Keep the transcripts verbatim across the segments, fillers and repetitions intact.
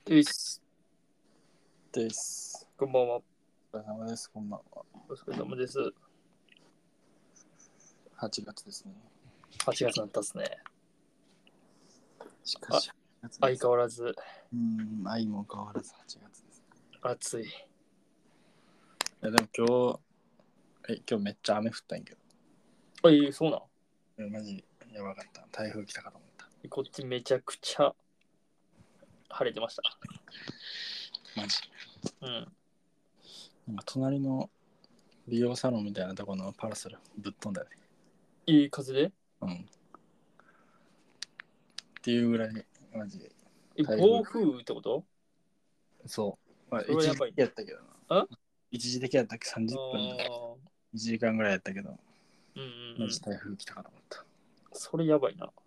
ういっす。 です。 こんばんは。 お疲れ様です。こんばんは。 お疲れ様です。 はちがつですね。 はちがつになったっすね。 しかし、 相変わらずうん、愛も変わらずはちがつです。 暑い。 いや、でも今日、え、今日めっちゃ雨降ったんやけど。 あ、いい、そうなん。 いやマジやばかった。台風来たかと思った。 こっちめちゃくちゃ晴れてました。 マジ。 うん。 なんか隣の美容サロンみたいなところのパラソルぶっ飛んだよね。 いい風でうん。っていうぐらい、マジで。 え、暴風ってこと？ そう。まあ、 それはやばい一時的やったけどな。 あ一時的やったっけさんじゅっぷんとかあいちじかんぐらいやったけど、 うんうんマジうん。 台風来たかと思った。 それやばいな。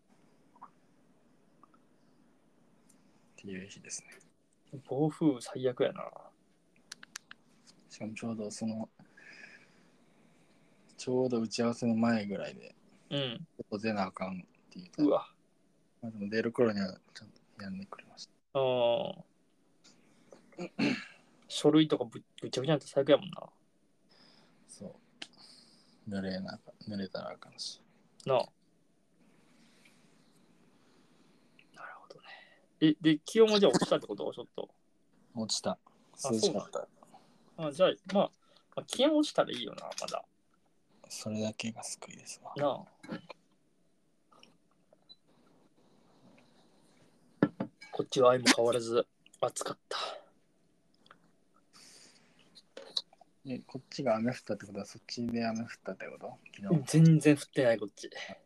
っていう日ですね。 暴風最悪やな。 しかもちょうどその、ちょうど打ち合わせの前ぐらいで、 うん。 ちょっと出なあかんって言ったうわ。 まあ、でも出る頃にはちゃんとやんでくれました。 ああ。書類とかぶぶっちゃくちゃなって最悪やもんな。 そう。濡れなか、濡れたらあかんし。 なあ。なるほどね。え、で、気温はじゃあ落ちたってことちょっと。 落ちた。 あ、 涼そうなんしかった。 あ、じゃあ、まあ、まあ、気温落ちたらいいよな、まだ。 それだけが救いですわ。 なあ。こっちは相も変わらず暑かった。 え、こっちが雨降ったってことはそっちで雨降ったってこと昨日。 全然降ってないこっち。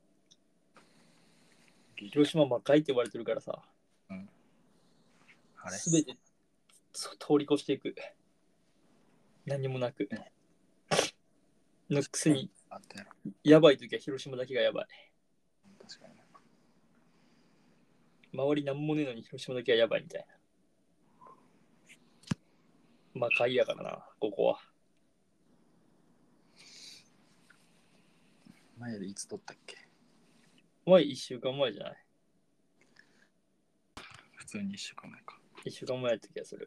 広島魔界って呼ばれてるからさ。 うん。あれすべて通り越していく。何もなく。のくせに、 あったやろ。 やばい時は広島だけがやばい。 確かに。 周りなんもねえのに広島だけがやばいみたいな。魔界やからな、ここは。 前でいつ撮ったっけ前いっしゅうかんまえじゃない？ 普通にいっしゅうかんまえか。 いっしゅうかんまえやった気がする。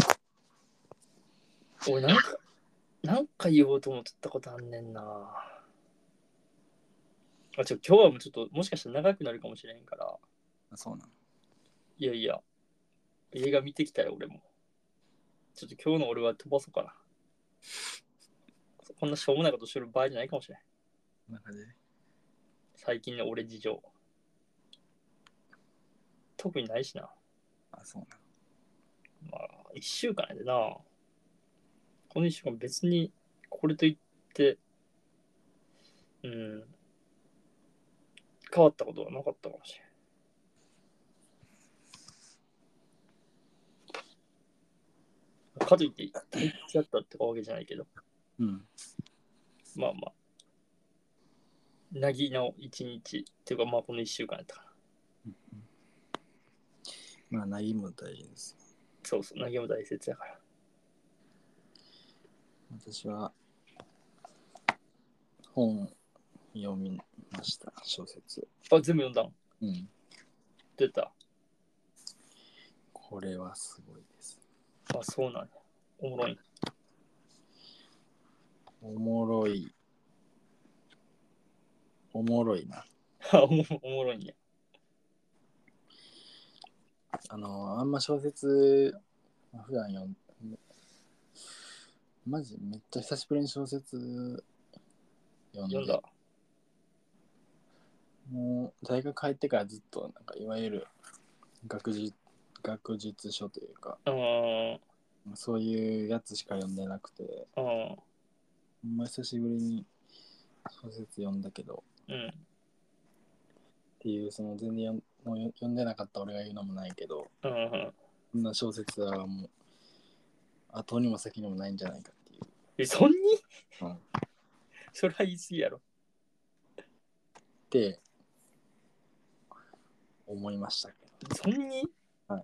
俺なんか、なんか言おうと思ってたことあんねんな。あ、ちょ、今日はもうちょっと、もしかしたら長くなるかもしれへんから。 あ、そうなの。 いやいや、映画見てきたよ、俺も。ちょっと今日の俺は飛ばそうかな。こんなしょうもないことしてる場合じゃないかもしれん。 中で。 最近の俺事情。特にないしな。 あ、そうなの。 まあ、いっしゅうかんやでな。このいっしゅうかん別に、これといって、うん、変わったことはなかったかもしれん。かといって、退屈やったってわけじゃないけど。 うん。 まあまあ、なぎの一日っていうか、まあこのいっしゅうかんやったかな。 まあ、なぎも大事です。 そうそう、なぎも大切やから。 私は本読みました、小説。 あ、全部読んだん？ うん。 出た。 これはすごいです。 あ、そうなんや。おもろい。 おもろい。おもろいな。 おもおもろいんや。 あの、あんま小説、普段読んマジめっちゃ久しぶりに小説読んで。 読んだ。 もう大学入ってからずっとなんかいわゆる学術学術書というか、 うん。 そういうやつしか読んでなくて、 うん。 ほんま久しぶりに小説読んだけど、 うん。 っていうその全然読もう読んでなかった俺が言うのもないけど、 うん。 こんな小説はもう後にも先にもないんじゃないかっていう。 え、そんに？ うん。 それは言い過ぎやろ。 って思いましたけど。 そんに？ はい。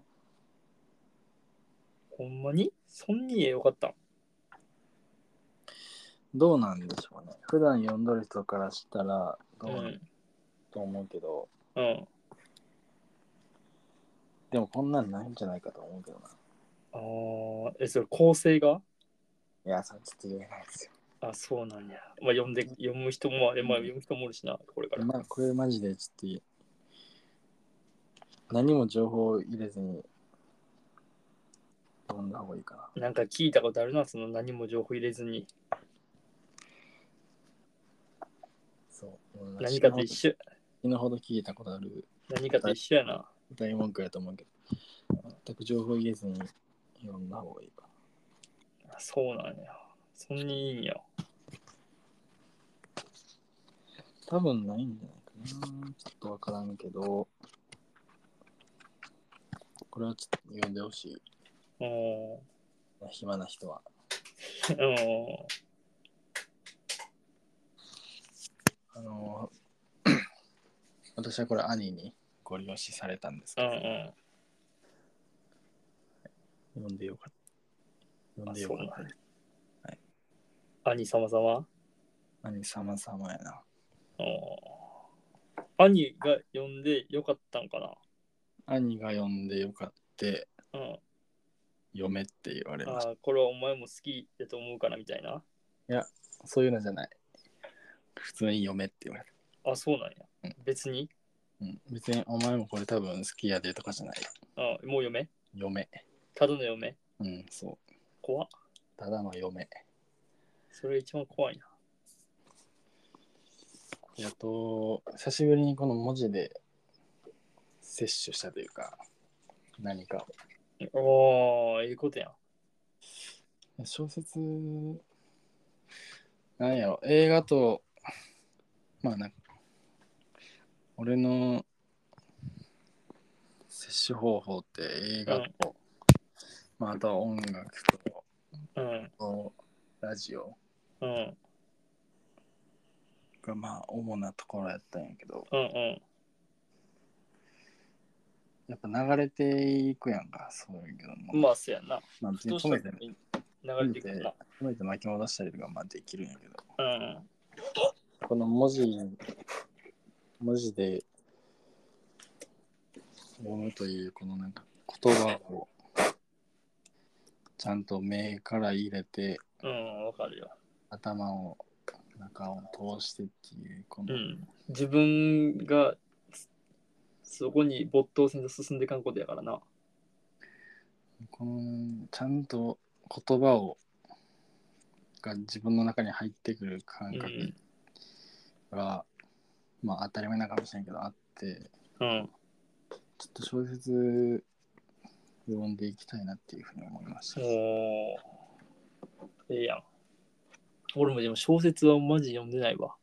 ほんまにそんにえよかった。 どうなんでしょうね。普段読んどる人からしたらどうなん、 うん。 と思うけど、 うん。 でもこんなんないんじゃないかと思うけどな。 ああ、え、それ構成がいや、それちょっと言えないですよ。 あ、そうなんや。まあ、読んで、読む人も、えまあ、読む人もおるしな、これから。 まあ、これマジでちょっと何も情報を入れずに読んだ方がいいかな。 なんか聞いたことあるな、その何も情報入れずに。 そう。 何かと一緒。 死ぬほど聞いたことある何かと一緒やな。 大文句やと思うけど、全く情報入れずに読んだ方がいいかな。 あそうなんや。そんにいいんや。 多分ないんじゃないかな。ちょっとわからんけど、これはちょっと読んでほしい。 おー。 暇な人は。 おー。 あの、私はこれ兄にご利用しされたんですけど、 うんうん。 読んでよかった。読んあ、 でよそうなんや。 かったです。はい。 兄様様兄様様やな。 おー。兄が読んでよかったんかな。 兄が読んでよかった。 うん。 読めって言われました。 ああ、これはお前も好きだと思うかなみたいな。 いや、そういうのじゃない。普通に読めって言われた。 あ、そうなんや。 うん、 別にうん、別にお前もこれ多分好きやでとかじゃない。 あ、もう読め読め。 ただの読めうん、そう。 怖っ。 ただの読め。 それ一番怖いな。 あと、久しぶりにこの文字で摂取したというか、何かを。おー、いいことやん。小説、なんやろ、映画と、まあなんか、俺の摂取方法って映画と、うん、まああとは音楽と、 うん。 とラジオうん。 がまあ主なところやったんやけど、 うんうん。 やっぱ流れていくやんか、そういうけども。 まあ、そうやな。 まあ別にふとし止めて、 た時に流れ止めて、 ていくんな。 止めて巻き戻したりとかまあできるんやけど、 うん。 この文字、文字で読むというこのなんか言葉をちゃんと目から入れて、 うん、わかるよ。 頭を中を通してっていうこの、 うん。自分がそこに没頭せんと進んでいかんことやからな。 このちゃんと言葉をが自分の中に入ってくる感覚が、うん、まあ当たり前なかもしれんけどあって、 うん。 ちょっと小説読んでいきたいなっていうふうに思いました。 おー、ええやん。俺もでも小説はマジ読んでないわ。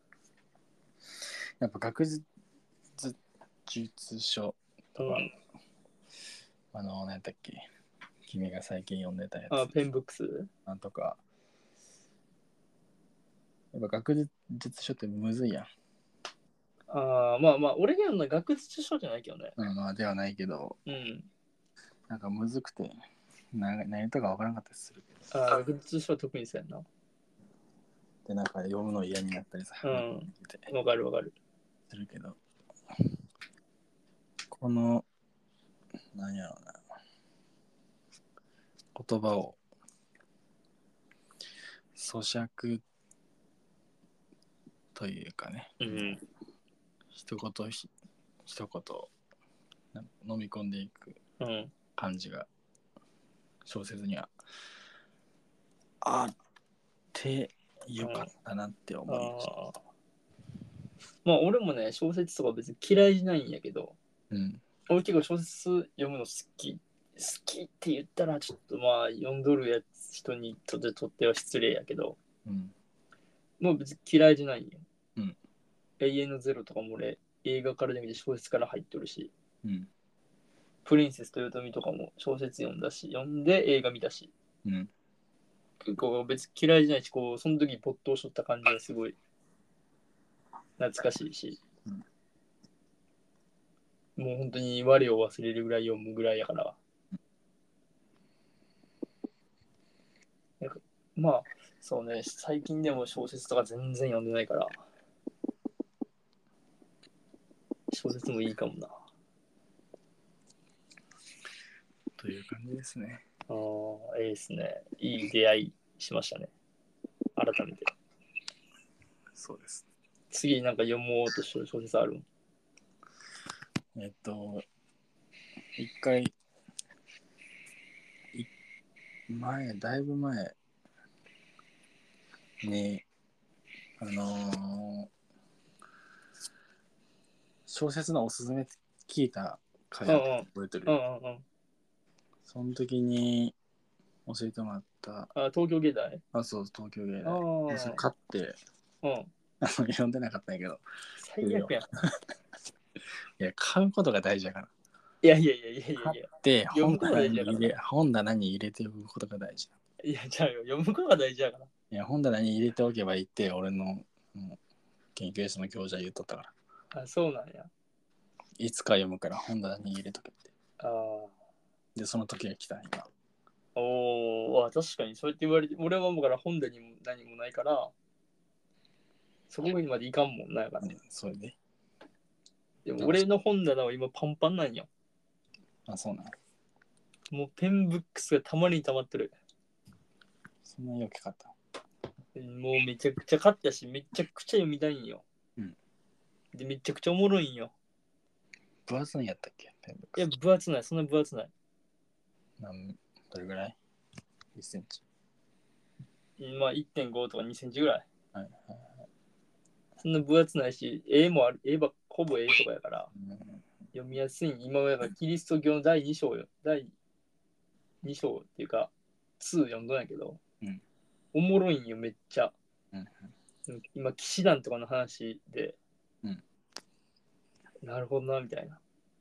やっぱ学術書とか、うん、あの、何やったっけ、君が最近読んでたやつ。 あ、ペンブックスなんとか。やっぱ学術書ってむずいやん。 ああ、まあまあ、俺が読んだ学術書じゃないけどね。 うん、まあではないけど、 うん。 なんかむずくて、な何とか分からなかったりするけど。ああ、学術書は特にそうやな。 で、なんか読むの嫌になったりさ。 うん。わかるわかる。 するけど、この、なんやろうな、言葉を咀嚼というかね、 うん、 一言ひ一言飲み込んでいく感じが小説にはあってよかったなって思いました。 うん、あまあ俺もね小説とか別に嫌いじゃないんやけど、 うん、 俺結構小説読むの好き好きって言ったらちょっとまあ読んどるやつ人にとってとっては失礼やけど、 うん、 もう別に嫌いじゃないんよ、 うん、 永遠のゼロとかも俺映画からで見て小説から入ってるし、 うん、 プリンセス豊臣とかも小説読んだし読んで映画見たし、 うん、 結構別に嫌いじゃないし、こうその時没頭しとった感じがすごい懐かしいし、うん、もう本当に我を忘れるぐらい読むぐらいやから、なんかまあそうね、最近でも小説とか全然読んでないから小説もいいかもな。 という感じですね。 ああ、いいですね。いい出会いしましたね。改めて。 そうです。 次なんか読もうとしてる小説ある？ えっと、一回、い前、だいぶ前に、あのー小説のおすすめ聞いた回あった覚えてる？ うんうんうん。 その時に教えてもらった、 あ、東京芸大。 あ、そう、東京芸あ大。それあ。 買って、 うん。 あの読んでなかったんやけど、 最悪やん。 いや、買うことが大事やから。 いやいやいやいやいや買っいや。 て読むことが本棚大事やからな。 に入れ、本棚に入れておくことが大事。 いや、じゃあよ、読むことが大事やから。 いや、本棚に入れておけばいいって、俺の、うん、研究室の教授は言っとったから。 あ、そうなんや。 いつか読むから本棚に入れとけって。 ああ。 で、その時が来たん今。 おー、あ、確かにそうやって言われて、俺はもうから本でにも何もないから、そこにまでいかんもんないからうん、 ね。 それで。 でも俺の本棚は今パンパンなんよ。 あ、そうなの。 もうペンブックスがたまりにたまってる。 そんなよく買った。 もうめちゃくちゃ買ったし、めちゃくちゃ読みたいんよ。 うん。 で、めちゃくちゃおもろいんよ。 分厚いんやったっけペンブックいや、 ス。 分厚ない、そんな分厚ない。 なんどれぐらい？ いち センチ。 まあいってんごとかにセンチぐらい。 はいはい。 そんな分厚ないし、絵もある、絵ばほぼ絵とかやから、 うん、 読みやすい。今はキリスト教のだいに章よ。だいに章っていうか、に読んだんやけど、 うん、 おもろいんよ、めっちゃ。 うん、 今、騎士団とかの話で、 うん。 なるほどな、みたいな。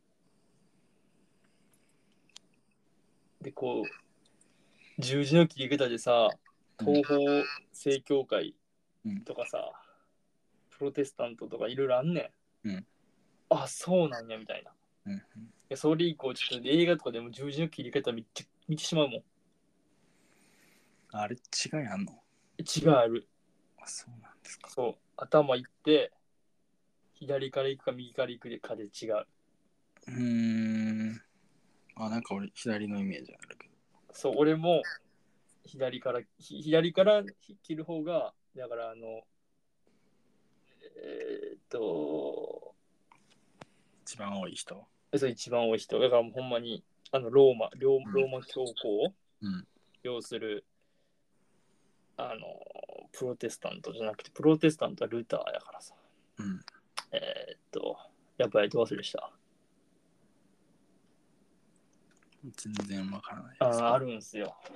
で、こう、十字の切り方でさ、東方正教会とかさ、プロテスタントとかいろいろあんねん。 うん、 あ、そうなんや、みたいな。 うん。 いやそれ以降、ちょっと映画とかでも十字の切り方めっちゃ見てしまうもん。 あれ、違いあんの？ 違うある。 あ、そうなんですか。 そう。頭いって、左から行くか右から行くかで違う。 うーん。あ、なんか俺、左のイメージあるけど。 そう、俺も左から、左から切る方が、だからあの、えーっと、 一番多い人。 そう一番多い人。だからほんまに、あの、ローマ、ローローマ教皇を要する、あの、プロテスタントじゃなくて、プロテスタントはルターやからさ。 うん。 えーっと、やっぱりどう忘れした。 全然わからないあです。 あ、あるんすよ。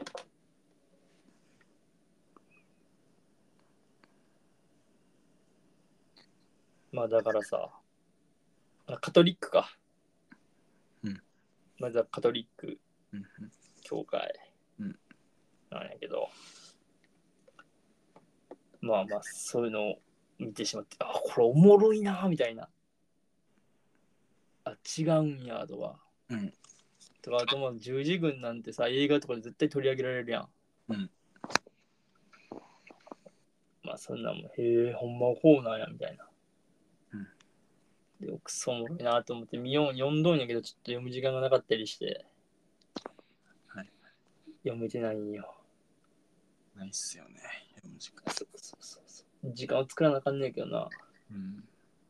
まあだからさ、カトリックか。 うん。 まずはカトリックうん。 教会うんなんやけど、まあまあ、そういうのを見てしまって、あ、これおもろいな、みたいな。あ、違うんや、とか。 うん。 とか、あとまあ、十字軍なんてさ、映画とかで絶対取り上げられるやん。 うん。 まあ、そんなんも、へえ、ほんまこうなんや、みたいな。 うんで、クソおもろいなと思って見よう、読んどんやけど、ちょっと読む時間がなかったりして、 はい。 読めてないんよ。 ないっすよね。読む時間。 そうそうそうそう。時間を作らなあかんねんけどな。 うん。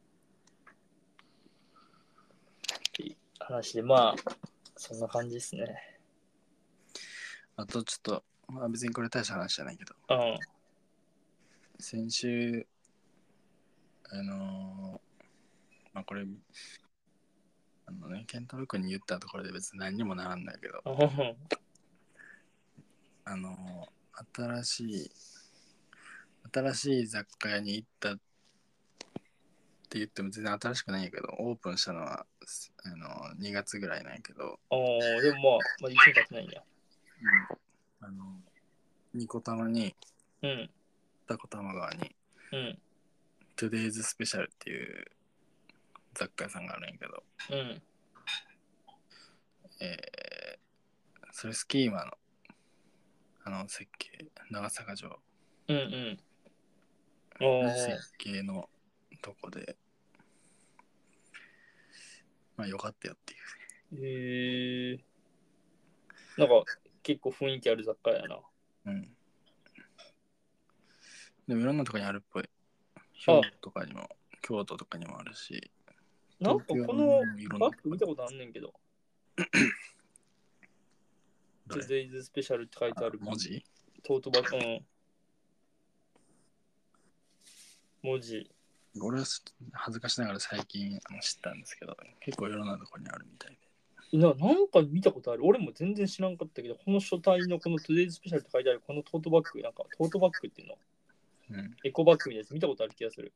っていう話で、まあ、そんな感じですね。 あとちょっと、まあ別にこれ大した話じゃないけど、 うん。 先週、あのーまあこれ、あのね、ケンタロウ君に言ったところで別に何にもならんだけど、 うんあのー新しい、新しい雑貨屋に行ったって言っても全然新しくないんやけど、オープンしたのは、あのーにがつぐらいなんやけど、 おーでもまあ、まあ、いちねん経ってないんや。 うん、あの、ニコタマに、 うん。 二子玉川に、 うん。 トゥデイズスペシャルっていう雑貨屋さんがあるんやけど、 うん。 えー、それスキーマの、あの設計、長坂城、 うんうん。おー。 設計のとこで、まあよかったよっていう。 へえー。 なんか結構雰囲気ある雑貨やな。 うん。でもいろんなとこにあるっぽい。兵庫とかにも、京都とかにもあるし。 なんかこのバッグ見たことあんねんけど。Today's Special って書いてある。 文字トートバッグ。うん。文字。 俺は恥ずかしながら最近知ったんですけど、結構いろんなところにあるみたいで。な、なんか見たことある。俺も全然知らんかったけど、この書体のこの Today's Special って書いてあるこのトートバッグ、なんかトートバッグっていうの、うん、エコバッグみたいなやつ見たことある気がする。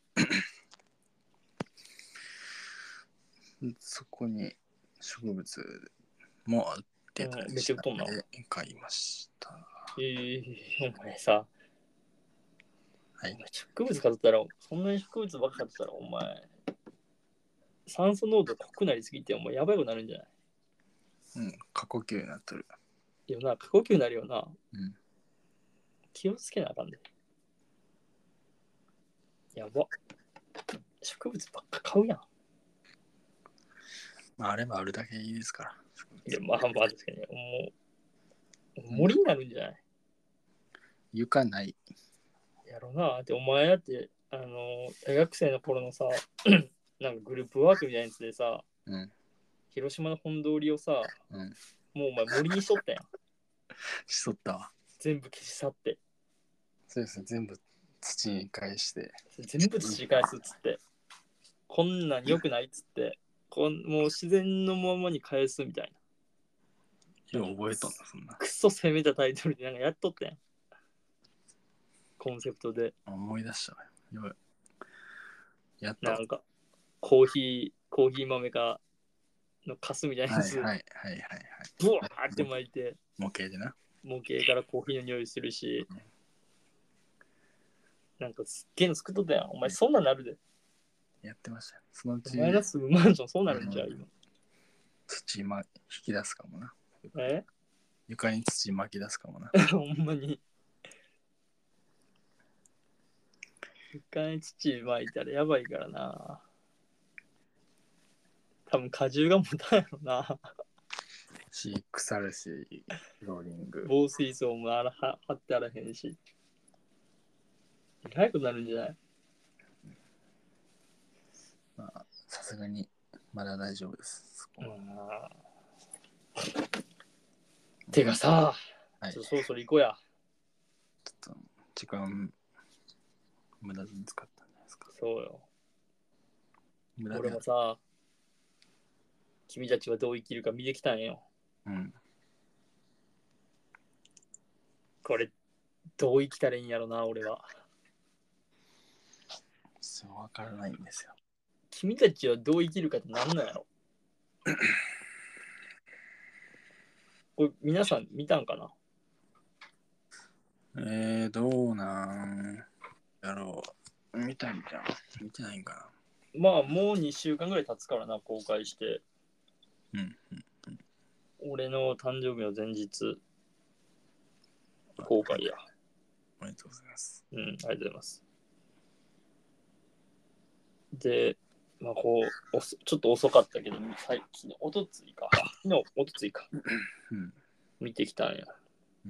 そこに植物もあってたりして買いました。 ええー、お前さ、 はい、 植物買ったら、そんなに植物ばっか買ってたら、お前、酸素濃度濃くなりすぎて、お前やばいことなるんじゃない？ うん、過呼吸になってる。 いやな、過呼吸になるよな。 うん。 気をつけなあかんで。やば。植物ばっか買うやん。 まあ、あればあるだけいいですから。 いや、まあまあ、確かに。もう、森になるんじゃない？ 床ない。 やろな。って、お前だって、あの、大学生の頃のさ、なんかグループワークみたいなやつでさ、うん、広島の本通りをさ、うん、もうお前森にしとったやん。 しとったわ。 全部消し去って。 そうですね、全部土に返して。 全部土に返すっつって。こんなん良くないっつって。こんもう自然のままに返すみたいな。よう覚えとんだ、そんな。 クソ攻めたタイトルでなんかやっとったやん。コンセプトで。 思い出したね。よやっと。なんか、コーヒー、コーヒー豆が、のカスみたいなやつ。 はいはいはいはい、はい。 ブワーって巻いて。 模型でな。 模型からコーヒーの匂いするし。うん、なんかすっげえの作っとったやん。お前そんなんなるで。 やってましたよ。そのうち。 お前が住むマンションそうなるんじゃ、今。 土ま引き出すかもな。 え？ 床に土巻き出すかもな。 ほんまに。床に土巻いたらやばいからな。多分果汁が持たんやろな。 し、腐るし、ローリング。 防水層もあらは貼ってあらへんし。早くなるんじゃない？ まあ、さすがに、まだ大丈夫です。そこは。 てかさ、はい、ちょっとそろそろ行こうや。 ちょっと、時間、無駄に使ったんじゃないですか。 そうよ。俺もさ、君たちはどう生きるか見てきたんよ。うん。これ、どう生きたらいいんやろな、俺は。 そうわからないんですよ。 君たちはどう生きるかって何なんやろ。これ皆さん見たんかな？ えー、どうなんやろう。見たんじゃん。見てないんかな。まあ、もうにしゅうかんぐらい経つからな、公開して。うんうんうん、俺の誕生日の前日、公開や。 おめでとうございます。 うん、ありがとうございます。で、まあこう、おちょっと遅かったけど、最近、おとついか。昨日、おとついか。うん、見てきたんや。うん、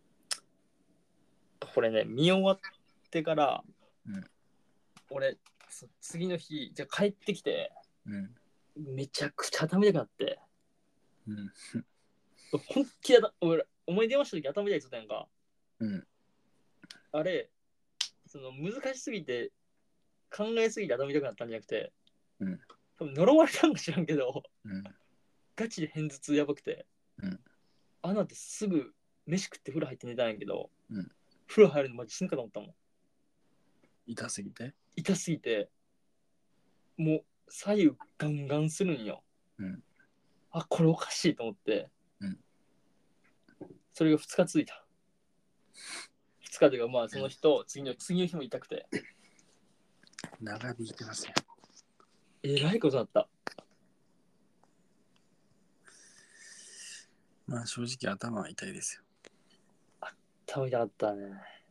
これね、見終わってから、うん、俺、次の日、じゃ帰ってきて、うん、めちゃくちゃ頭痛くなって、うん、本気で俺、思い出ました時頭痛いって言ったやんか。うん、あれ、その難しすぎて、考えすぎて頭痛くなったんじゃなくて、うん、多分呪われたんか知らんけど、うん、ガチで片頭痛やばくて、うん、あの後すぐ飯食って風呂入って寝たんやけど、うん、風呂入るのマジ死ぬかと思ったもん。 痛すぎて痛すぎて、もう左右ガンガンするんよ。うん、あ、これおかしいと思って、うん、それがふつか続いた。ふつかというか、まあその日と次の次の日も痛くて。 長引いてますね。 えらいことだった。 まあ正直頭は痛いですよ。 頭痛かったね。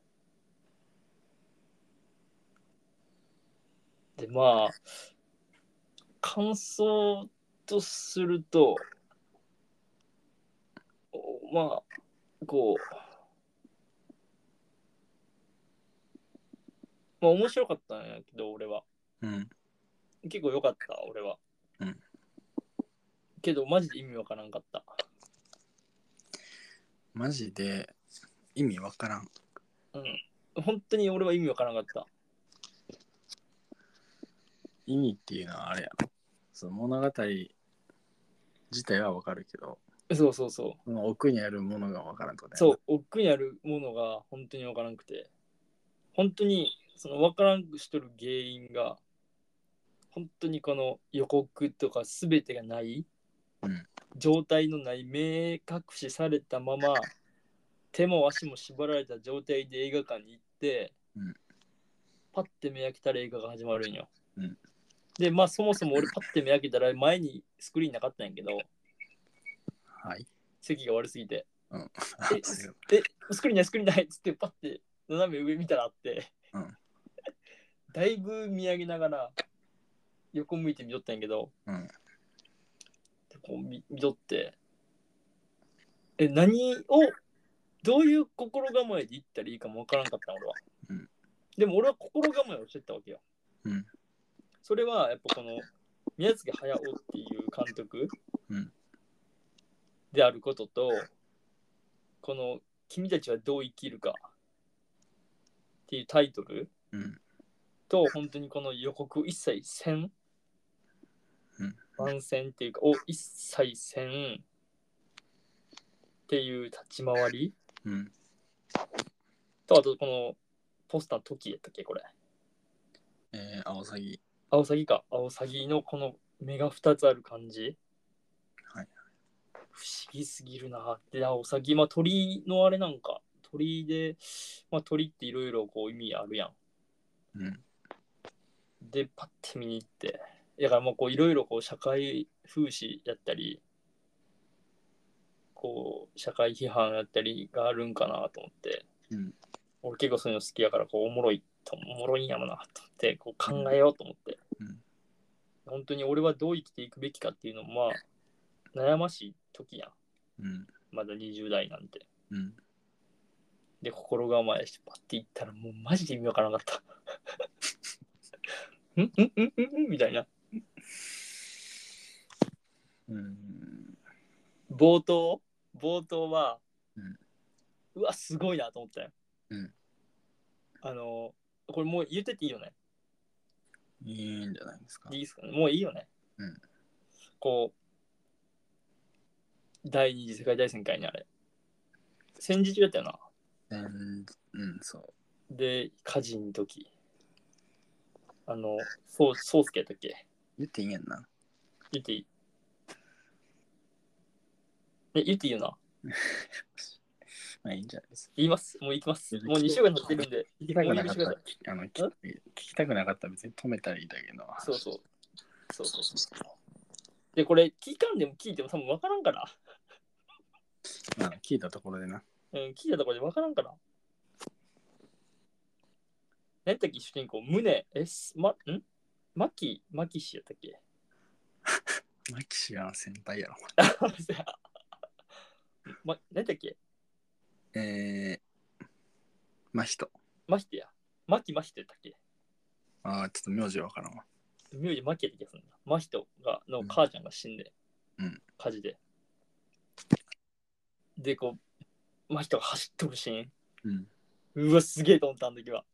でまあ感想とすると、 まあこうまあ面白かったんやけど俺は、 うん、 結構良かった俺は、 うん、 けどマジで意味わからんかった。 マジで意味わからん。 うん、本当に俺は意味わからんかった。 意味っていうのはあれやろ、その物語自体はわかるけど、 そうそうそう、 その奥にあるものがわからんってことやな。 そう奥にあるものが本当にわからんくて、本当にそのわからんくしとる原因が本当にこの予告とか全てがない、 うん、 状態のない目隠しされたまま手も足も縛られた状態で映画館に行って、 うん、 パッて目開けたら映画が始まるんよ、 うん、 でまあそもそも俺パッて目開けたら前にスクリーンなかったんやけど、 はい、 席が悪すぎて、 うん、 ええスクリーンないスクリーンないっつってパッて斜め上見たらあって、 うん、 だいぶ見上げながら横向いて見とったんやけど、 うん、 でこう 見, 見とってえ何をどういう心構えで言ったらいいかもわからんかった俺は、 うん、 でも俺は心構えをしてったわけよ、 うん、 それはやっぱこの宮崎駿っていう監督であることと、この君たちはどう生きるかっていうタイトルと、本当にこの予告一切せん、番宣っていうかを一切せんっていう立ち回り、 うん、 と、あとこのポスター時やったっけこれ、 えー、アオサギ、 アオサギか、アオサギのこの目がふたつある感じ、 はい、 不思議すぎるなって。アオサギ、まあ鳥のあれなんか、鳥で、まあ鳥っていろいろこう意味あるやん。 うん、 で、パッて見に行って、だからもうこういろいろこう社会風刺やったり、こう社会批判やったりがあるんかなと思って、 うん、 俺結構そういうの好きやからこうおもろいとおもろいんやろなと思ってこう考えようと思って、 うん、 本当に俺はどう生きていくべきかっていうのもまあ悩ましい時やん、 うん、 まだにじゅう代なんて。 うん、 で心構えしてパッていったらもうマジで意味わからなかったんんんんんみたいな。 うん、 冒頭冒頭は、 うん、 うわすごいなと思ったよ。 うん、 あのこれもう言ってていいよね。 いいんじゃないですか。 いいですかね、もういいよね。 うん、 こう第二次世界大戦会にあれ戦時中やったよな。 うん、うん、そう。 で火事の時、あのそうそうすけやったっけ。 言っていいんやんな。 言っていいえ言っていいよな。 まあいいんじゃないですか。 言います。もう行きます。もうに週間経ってるんで。 聞きたくなかったら、 もうあの聞き聞きたくなかったら別に止めたらいいだけの話。 そうそう。そうそうそう。で、これ聞かんでも聞いても多分分からんから。 まあ聞いたところでな。 うん、聞いたところで分からんから。何やったっけ主人公、宗、え、ま、んマキ、マキ氏やったっけ。 マキシは先輩やろ。 ま、何やったっけ。 えー、マヒト。 マヒテや。マキマヒトやったっけ。 ああ、ちょっと名字わからんわ。 名字マキやった気がするんだ。マヒトがの母ちゃんが死んで、 うん、 火事で。で、こう、マヒトが走っとるシーン。 うん。 うわ、すげえと思った、あの時は。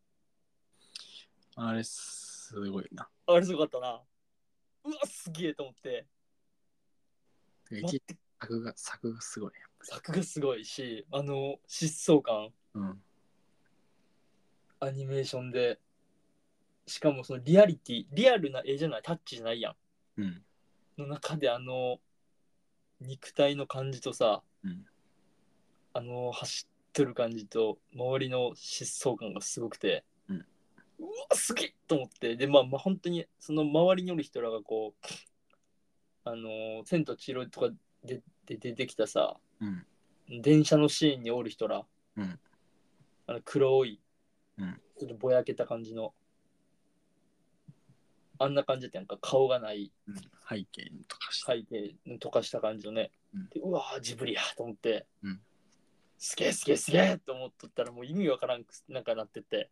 あれ、すごいな。 あれすごかったな。うわ、すげえと思って。 一作が、作がすごい。 作がすごいし、あの疾走感、 うん、 アニメーションで、しかもそのリアリティ、リアルな絵じゃない、タッチじゃないやん。 うん、 の中であの肉体の感じとさ、 うん、 あの走ってる感じと周りの疾走感がすごくて、 うん、 うわすげえと思って、でまあまあ本当にその周りにおる人らがこう、あの千と千尋とかでで出てきたさ、 うん、 電車のシーンにおる人ら、 うん、 あの黒い、 うん、 ちょっとぼやけた感じの、 あんな感じでなんか顔がない、 うん、背景に溶かした。 背景に溶かした感じのね。うん、でうわージブリやと思って、うん、すげえすげえすげえと思っとったらもう意味わからんくなんかなってて。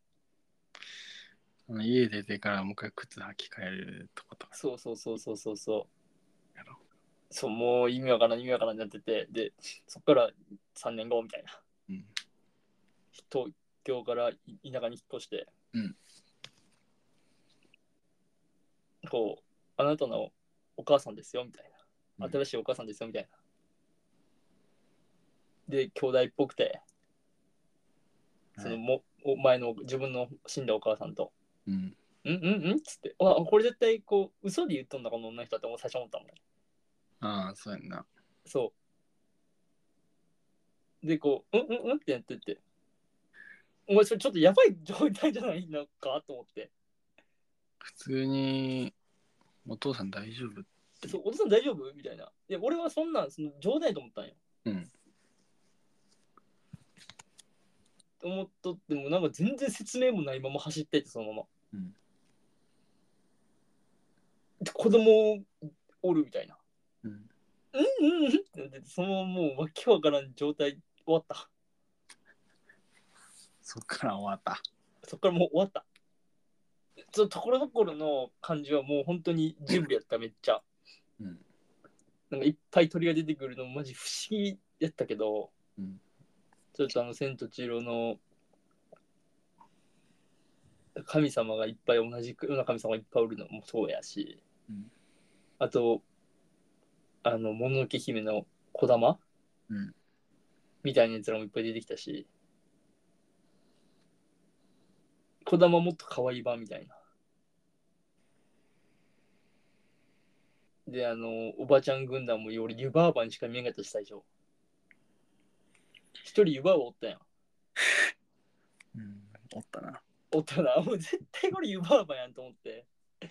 家出てからもう一回靴履き替えるとことか。 そうそうそうそうそうそう。やろそう、もう意味わからん意味わからんになってて、で、そっからさんねんごみたいな。うん、東京から田舎に引っ越して、うん、こう、あなたのお母さんですよみたいな。新しいお母さんですよみたいな。で、兄弟っぽくて、そのも、はい、前の自分の死んだお母さんと、うん、うんうんうんっつって、あ、これ絶対こう、嘘で言っとんだこの女の人って最初思ったもん。 ああ、そうやんな。 そう。で、こう、うんうんうんってやってて、お前それちょっとやばい状態じゃないのかと思って。 普通に、お父さん大丈夫ってそう、お父さん大丈夫みたいな。で、俺はそんなんその冗談やと思ったんよ。うん。と思っとっても、なんか全然説明もないまま走ってって、そのまま。うん。で、子供おるみたいな。うん。うんうんってなって、そのままもうわけわからん状態終わった。 そっから終わった。 そっからもう終わった。そのところどころの感じはもう本当にジブリやった、めっちゃ。うん。なんかいっぱい鳥が出てくるのマジ不思議やったけど、うん、ちょっとあの千と千尋の神様がいっぱい同じような神様がいっぱいおるのもそうやし、うん、あとあのもののけ姫の小玉、うん、みたいなやつらもいっぱい出てきたし、小玉もっと可愛い版みたいな。で、あのおばちゃん軍団も俺湯婆婆にしか見えなかったし最初。一人湯婆婆おったやん。 うん、おったな。 おったな。もう絶対これ湯婆婆やんと思って。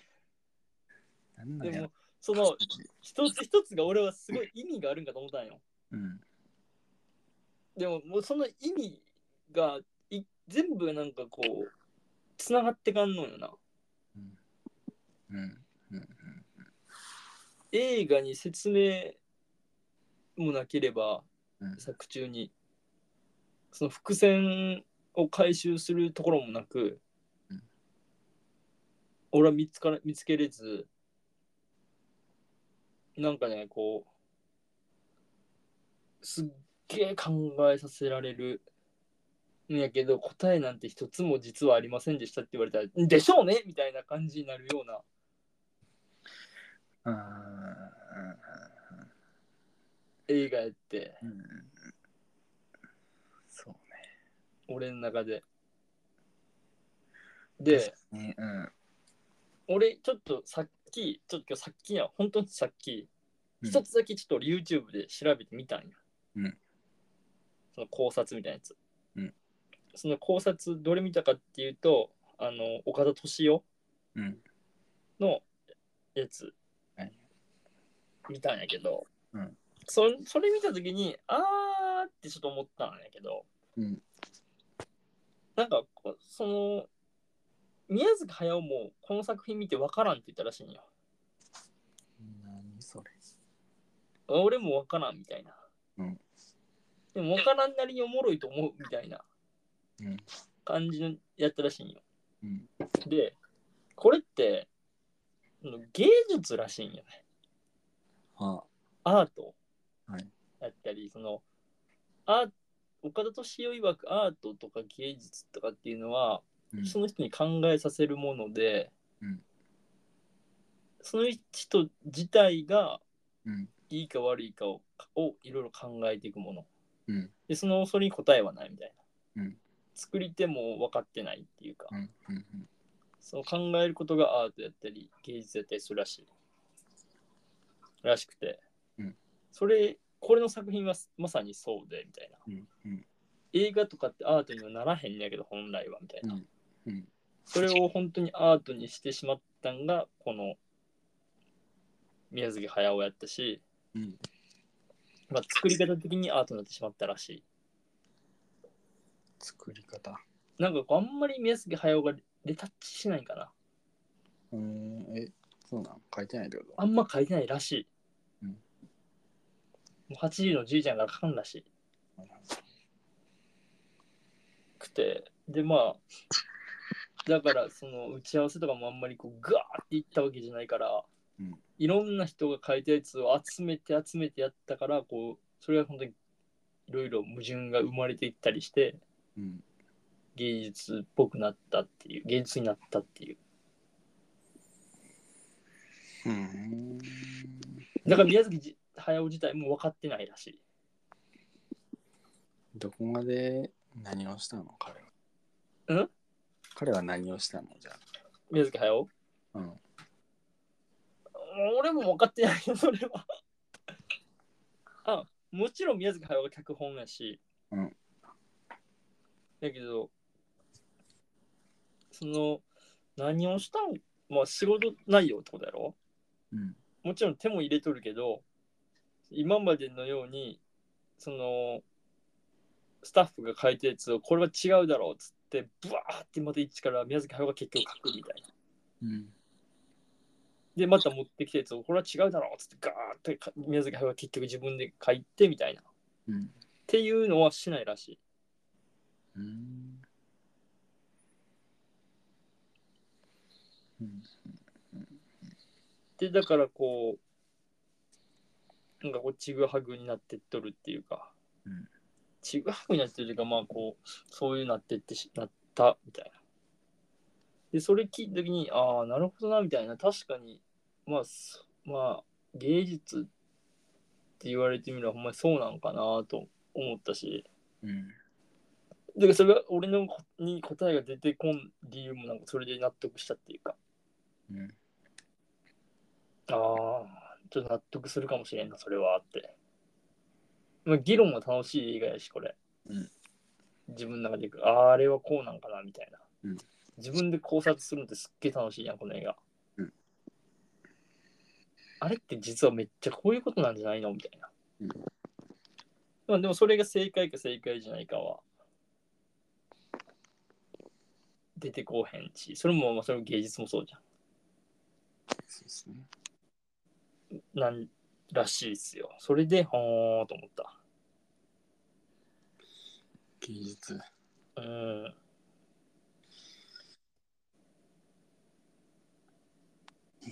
でもその一つ一つが俺はすごい意味があるんかと思ったんよ。うん、でももうその意味がい全部なんかこうつながってかんのよな。うんうんうんうん、映画に説明もなければ、うん、作中にその伏線を回収するところもなく、うん、俺は見つから見つけれず、なんかねこうすっげえ考えさせられるんやけど、答えなんて一つも実はありませんでしたって言われたらでしょうねみたいな感じになるような、あ映画やって、うん、そうね、俺の中でで、ね、うん、俺ちょっとさっきちょっとさっきや本当にさっき、うん、一つだけちょっと YouTube で調べてみたんや、うん、その考察みたいなやつ、うん、その考察どれ見たかっていうと、あの岡田敏夫のやつ、うん、見たんやけど、うん、そ, それ見たときにあーってちょっと思ったんやけど、うん、なんかその宮崎駿もこの作品見て分からんって言ったらしいんよ。何それ。俺も分からんみたいな。うん、でも分からんなりにおもろいと思うみたいな感じのやったらしいんよ。うん、で、これって芸術らしいんよね。はあ、アートやったり、はい、そのア岡田敏夫曰くアートとか芸術とかっていうのは、うん、その人に考えさせるもので、うん、その人自体がいいか悪いかををいろいろ考えていくもの、うん、でそのそれに答えはないみたいな、うん、作り手も分かってないっていうか、うんうんうん、その考えることがアートやったり芸術やったりするらしいらしくて、うん、それこれの作品はまさにそうでみたいな、うんうん、映画とかってアートにはならへんねやけど本来はみたいな、うんうん、それを本当にアートにしてしまったんがこの宮崎駿やったし、うん、まあ、作り方的にアートになってしまったらしい。 作り方なんかあんまり宮崎駿がレタッチしないかな。 うん、え、そうなん書いてないってこと？ あんま書いてないらしい。 うん、 もうはちじゅうのじいちゃんが書かんらしい。くて。で、まあ、だからその打ち合わせとかもあんまりこうガーっていったわけじゃないから、 うん、 いろんな人が書いたやつを集めて集めてやったから、こう、それが本当にいろいろ矛盾が生まれていったりして、 うん、 芸術っぽくなったっていう、芸術になったっていう。 うん。 だから宮崎駿自体も分かってないらしい。 どこまで何をしたの彼は。 うん彼は何をしたのじゃあ。 宮崎駿うん。 俺も分かってないよ、それは。あ、もちろん宮崎駿が脚本やし、 うん。 だけど、その、何をしたんまあ仕事内容ってことやろ。 うん。 もちろん手も入れとるけど、今までのように、その、スタッフが書いたやつをこれは違うだろうっつってブワーってまた一から宮崎駿が結局書くみたいな。 うん。 でまた持ってきたやつをこれは違うだろうっつってガーって宮崎駿が結局自分で書いてみたいな、 うん。 っていうのはしないらしい。 うん。うん。 でだからこうなんかこうちぐはぐになってっとるっていうか、 うん、 ちぐはぐになってるというかまあこうそういうなってってしなったみたいな。でそれ聞いた時にああなるほどなみたいな、確かにまあまあ芸術って言われてみればほんまにそうなのかなと思ったし、 うん、 だからそれが俺のに答えが出てこん理由もなんかそれで納得したっていうか、 うん、 ああちょっと納得するかもしれんなそれはって、まあ、議論は楽しい映画やしこれ、 うん、 自分の中でいくああれはこうなんかなみたいな、 うん、 自分で考察するのってすっげえ楽しいやんこの映画、 うん、 あれって実はめっちゃこういうことなんじゃないのみたいな、 うん、 まあでもそれが正解か正解じゃないかは出てこうへんし、それもまあそれも芸術もそうじゃん。 そうですね。 なんらしいですよ。それでほーと思った。 芸術。 うん。 うん、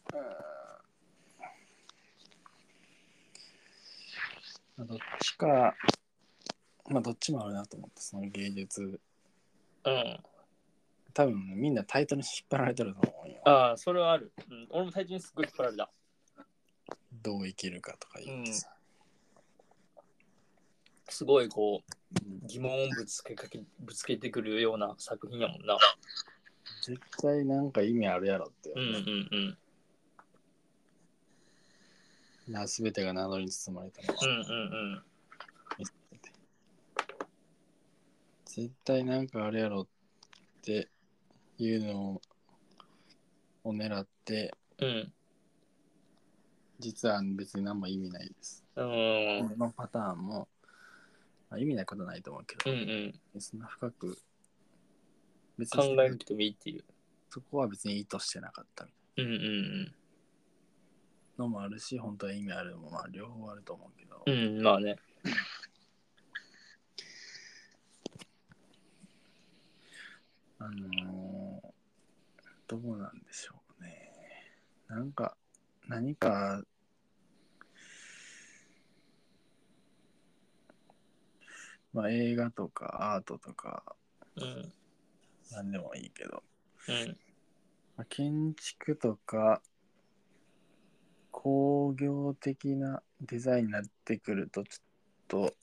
あどっちか、まあどっちもあるなと思って、その芸術。 うん。 多分みんなタイトルに引っ張られてると思うよ。 ああ、それはある。うん、俺も最近すっごい引っ張られた。 どう生きるかとか言ってさ。 うん、すごいこう、 うん、 疑問をぶつけかけぶつけてくるような作品やもんな。 絶対なんか意味あるやろって、ね。 うんうんうん。 な全てが謎に包まれたのは。 うんうんうん。 絶対なんかあるやろっていうのを狙って、 うん。 実は別に何も意味ないです。 うん。 このパターンも、まあ、意味ないことないと思うけど、 うんうん。 そんな深く別考にえなくてもいいっていう。 そこは別に意図してなかったみたいうんうんなのもあるし、本当は意味あるのもまあ両方あると思うけど、 うん。うん、まあね。 あのー、どうなんでしょうね。なんか、何か、まあ映画とかアートとか、 うん。 何でもいいけど、 うん。 まあ、建築とか工業的なデザインになってくると、ちょっと、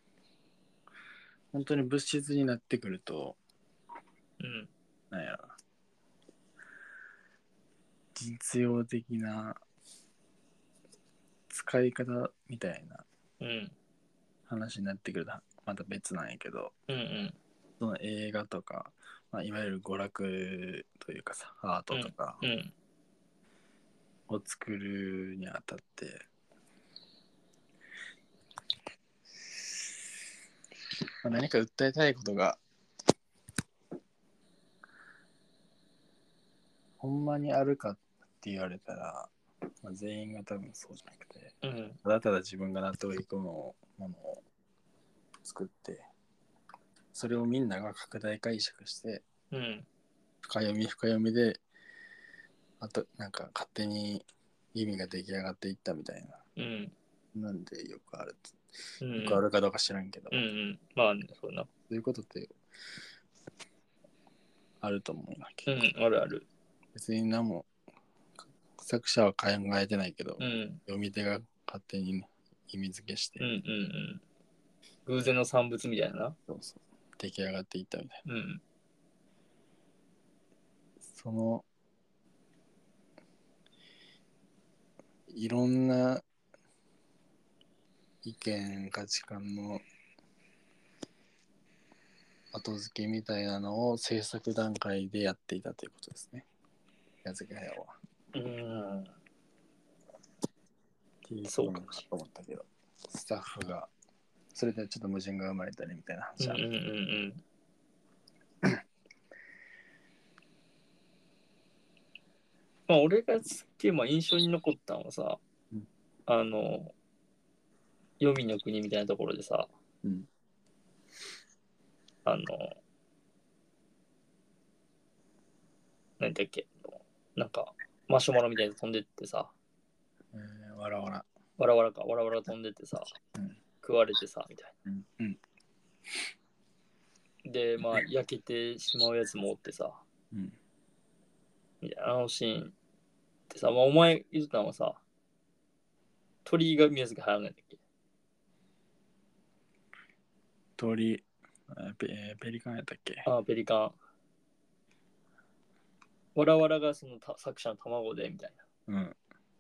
本当に物質になってくると、 うん。 なんやろな、実用的な使い方みたいなうん。 話になってくるとまた別なんやけど、 うんうん。 その映画とか、まあ、いわゆる娯楽というかさ、アートとかうん。 を作るにあたって、まあ、何か訴えたいことがほんまにあるかって言われたら、まあ、全員が多分そうじゃなくて、 うん、 ただただ自分が納得いくものをものを作って、それをみんなが拡大解釈して、 うん、 深読み深読みで、あとなんか勝手に意味が出来上がっていったみたいな。 うん、 なんでよくある、 うん、 よくあるかどうか知らんけど、 うん、うん、まあね、そうな。 そういうことってあると思うな、 う結構。 ん、あるある。 別に何も作者は考えてないけど、 うん、 読み手が勝手に、ね、意味付けして、 うん、うん、うん。偶然の産物みたいな。 そうそう出来上がっていったみたいな。 うん、 そのいろんな意見価値観の後付けみたいなのを制作段階でやっていたということですね、矢崎駿は。 うん、 っていうそうことかとかもし思ったけど、スタッフがそれでちょっと矛盾が生まれたりみたいなれない。うん、 話ある。 うん、うん、うん。まあ、俺がすっげえまあ印象に残ったのはさ、 うん、 あの、黄泉の国みたいなところでさ、 うん、 あの、何だっけ、なんか、マシュマロみたいなの飛んでってさ、 えー、わらわら。 わらわらか、わらわら飛んでってさ、 うん、 食われてさ、みたいうん、うん、 な。で、まあ、焼けてしまうやつもおってさ、 うん。 みたいな、あのシーンってさ、まあ、お前言ってたのはさ、鳥が宮崎駿なんだっけ。 鳥、ペペリカンやったっけ。 ああ、ペリカン。わらわらがその作者の卵で、みたいな。 うん。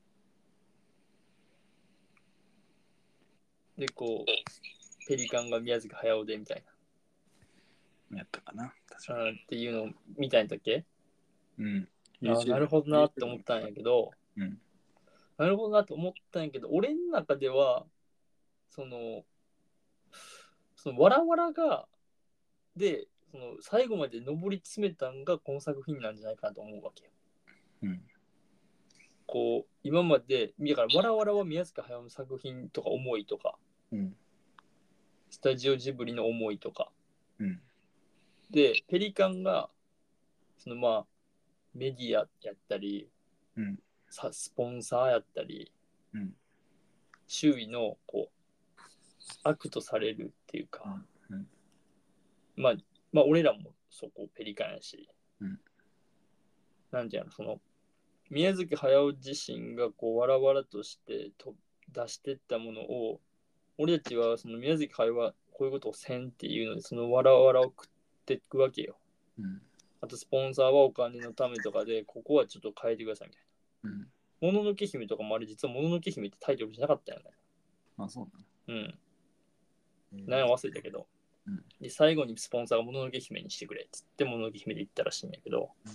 で、こう、ペリカンが宮崎駿で、みたいやったかな、確な。 か。 あっていうのを見たんだっけ。 うん。 ああ、なるほどなって思ったんやけど、 うん。 なるほどなって思ったんやけど、俺の中では、その、そのわらわらが、で、その最後まで上り詰めたんがこの作品なんじゃないかなと思うわけよ。 うん。 こう、今まで、だから、わらわらは宮崎駿の作品とか思いとか、 うん。 スタジオジブリの思いとか、 うん。 で、ペリカンが、そのまあ、メディアやったり、 うん。 さスポンサーやったり、 うん。 周囲のこう悪とされるっていうか、 うん。 まあ、まあ、俺らもそこペリカンやし、 うん。 なんていうの、その、宮崎駿自身がこう、わらわらとしてと出してったものを、俺たちはその宮崎駿はこういうことをせんっていうので、そのわらわらを食っていくわけよ。 うん。 あと、スポンサーはお金のためとかで、ここはちょっと変えてくださいみたいな。 うん。 もののけ姫とかもあれ、実はもののけ姫ってタイトルじゃなかったよね。 まあそうだね。 うん。 えー何や忘れたけど。 うん。 で、最後にスポンサーがもののけ姫にしてくれっつって、もののけ姫で言ったらしいんだけど、 うん。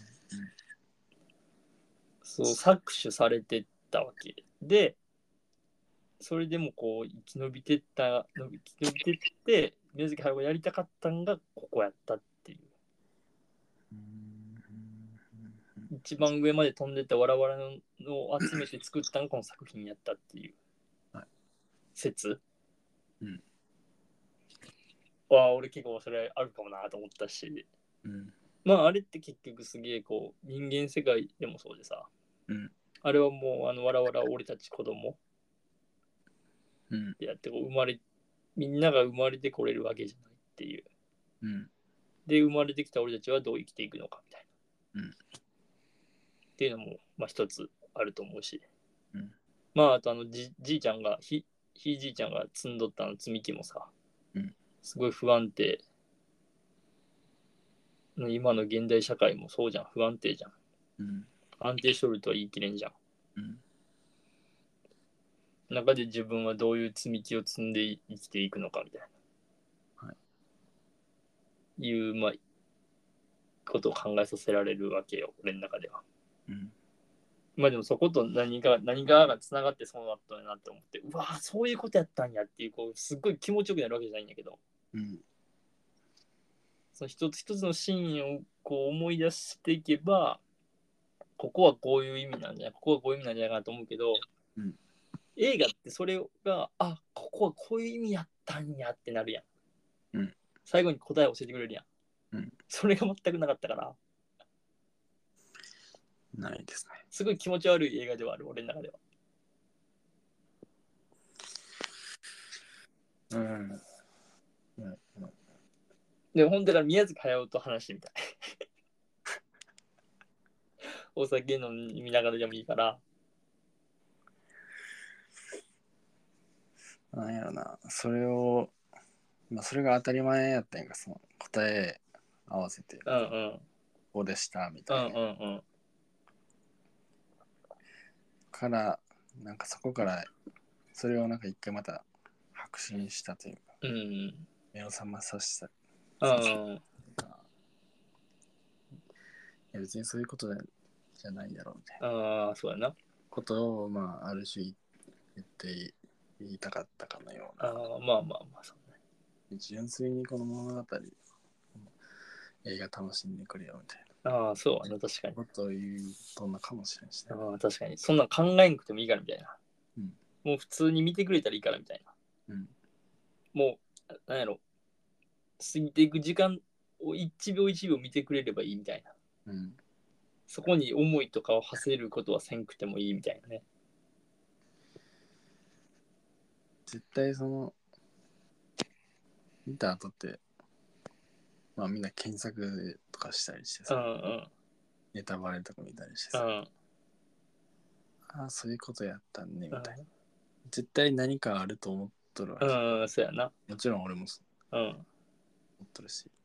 そう搾取されてったわけで、それでもこう生き延びてった、生き延びてって、宮崎駿がやりたかったんがここやったっていう。 うん。 一番上まで飛んでったわらわらのを集めて作ったのがこの作品やったっていう説うんは、俺結構それあるかもなと思ったし、 うん。 まああれって結局すげえこう人間世界でもそうでさ、 うん。 あれはもうあのわらわら俺たち子供うん。 でやってこう生まれ、みんなが生まれてこれるわけじゃないっていう。 うん。 で、生まれてきた俺たちはどう生きていくのかみたいな。 うん。 っていうのも、まあ一つあると思うし。 うん。 まあ、あとあのじ、じいちゃんが、ひ、ひいじいちゃんが積んどったの積み木もさ、 うん。 すごい不安定。今の現代社会もそうじゃん。不安定じゃん。 うん。 安定しとるとは言い切れんじゃん。 うん。 中で自分はどういう積み木を積んで生きていくのかみたいな。 はい。 いう、まあ、ことを考えさせられるわけよ。俺の中では。 うん。 まあでもそこと何か何かがつながってそうなったんやなって思って、うわそういうことやったんやっていう、こうすっごい気持ちよくなるわけじゃないんだけど、 うん。 その一つ一つのシーンをこう思い出していけば、 ここはこういう意味なんじゃないここはこういう意味なんじゃないかなと思うけど、 うん、 映画ってそれがあここはこういう意味やったんやってなるやん、 うん、 最後に答えを教えてくれるやん、 うん、 それが全くなかったからないですね。 すごい気持ち悪い映画ではある俺の中では。 うん。うん。 でほんでから宮崎駿と話してみたいお酒飲みながらでもいいから。 なんやろな、それを、まあ、それが当たり前やったんやんか、その答え合わせて、 うんうん。 ここでしたみうたいな。 んうんうん。 から、なんかそこから、それをなんか一回また白信したというか、 うん。 目を覚まさせた。 うん。 いや別にそういうことじゃないだろうみたいなああ、そうやな。 ことを、まあ、ある種言って言いたかったかのような。 ああ、まあまあまあ、そうね。 純粋にこの物語、映画楽しんでくれよみたいな。ああ、そうやな、確かに。 ことを言うとんなかもしれんしね。 ああ、確かに。そんなん考えんくてもいいからみたいな。 うん、 もう普通に見てくれたらいいからみたいな。 うん、 もう、なんやろ。過ぎていく時間をいちびょういちびょう見てくれればいいみたいな。 うん。 そこに思いとかを馳せることはせんくてもいいみたいなね。 絶対その、見た後って、まあみんな検索とかしたりしてうんさ、 うん。 ネタバレとか見たりしてさ、 うん。 ああ、そういうことやったんね、みたいな。 う絶対何かあると思っとるわけ。 ん、うん、そうやな。 もちろん俺もうん。 思っとるし。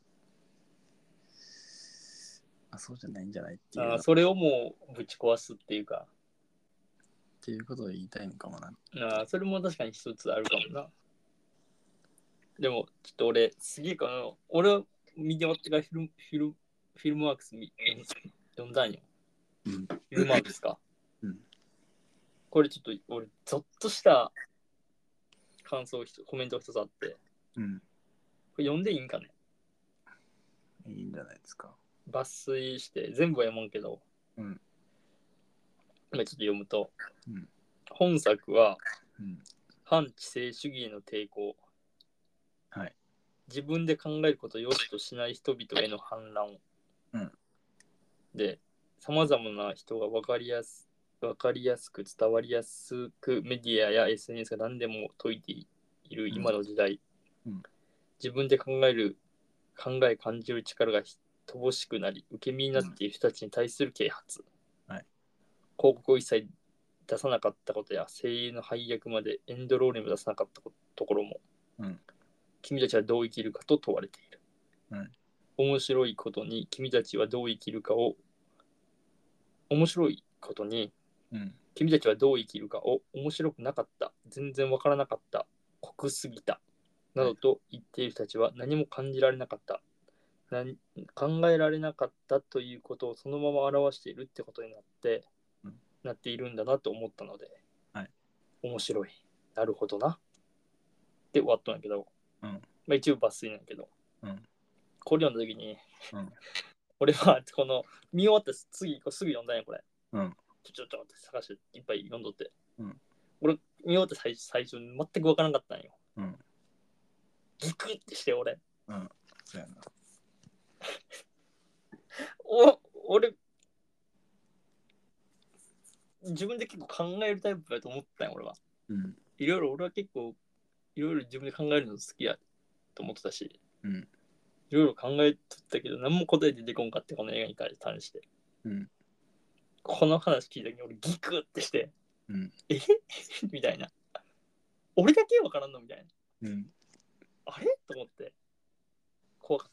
あ、そうじゃないんじゃないっていうの。 あそれをもうぶち壊すっていうか。 っていうことを言いたいのかもな。 あそれも確かに一つあるかもな。でも、ちょっと俺、すげえかな。俺は見て終わってからフィルム、フィルム、フィルムワークス見読んだんよ。 うん。 フィルムワークスか。 うん。 これちょっと俺、ゾッとした感想、コメントが一つあって。 うん。 これ読んでいいんかね。 いいんじゃないですか。 抜粋して、全部は読まんけど、 うん。 今ちょっと読むと、 うん、 本作は、 うん、 反知性主義への抵抗、 はい、 自分で考えることを良しとしない人々への反乱、 うん、 で、さまざまな人が分かりやす分かりやすく伝わりやすくメディアや エスエヌエス が何でも説いている今の時代、 うん、 自分で考える考え感じる力が乏しくなり受け身になっている人たちに対する啓発、 うん、はい、 広告を一切出さなかったことや声優の配役までエンドロールにも出さなかったところも、 うん、 君たちはどう生きるかと問われている、 うん、 面白いことに君たちはどう生きるかを面白いことに、 うん、 君たちはどう生きるかを面白くなかった、全然わからなかった、濃すぎたなどと言っている人たちは何も感じられなかった、何考えられなかったということをそのまま表しているってことになって、うん、なっているんだなと思ったので、 はい、 面白い、なるほどなって終わったんだけど、 うん、 まあ、一部抜粋なんだけど、 うん、 これ読んだ時に、 うん、 俺はこの見終わって次すぐ読んだんやこれ。 うん、 ちょちょちょって探していっぱい読んどって。 うん、 俺見終わって最最初全く分からなかったんよ。 うん、 ギクってして俺。 うん、そうやな。 お俺自分で結構考えるタイプだと思ったんよ俺は。 うん、 いろいろ俺は結構いろいろ自分で考えるの好きやと思ってたし、 うん、 いろいろ考えとったけど何も答え出てこんかってこの映画に関して。 うん、 この話聞いた時に俺ギクってして、 うん、 えみたいな。俺だけ分からんのみたいな。 うん、 あれと思って怖かった。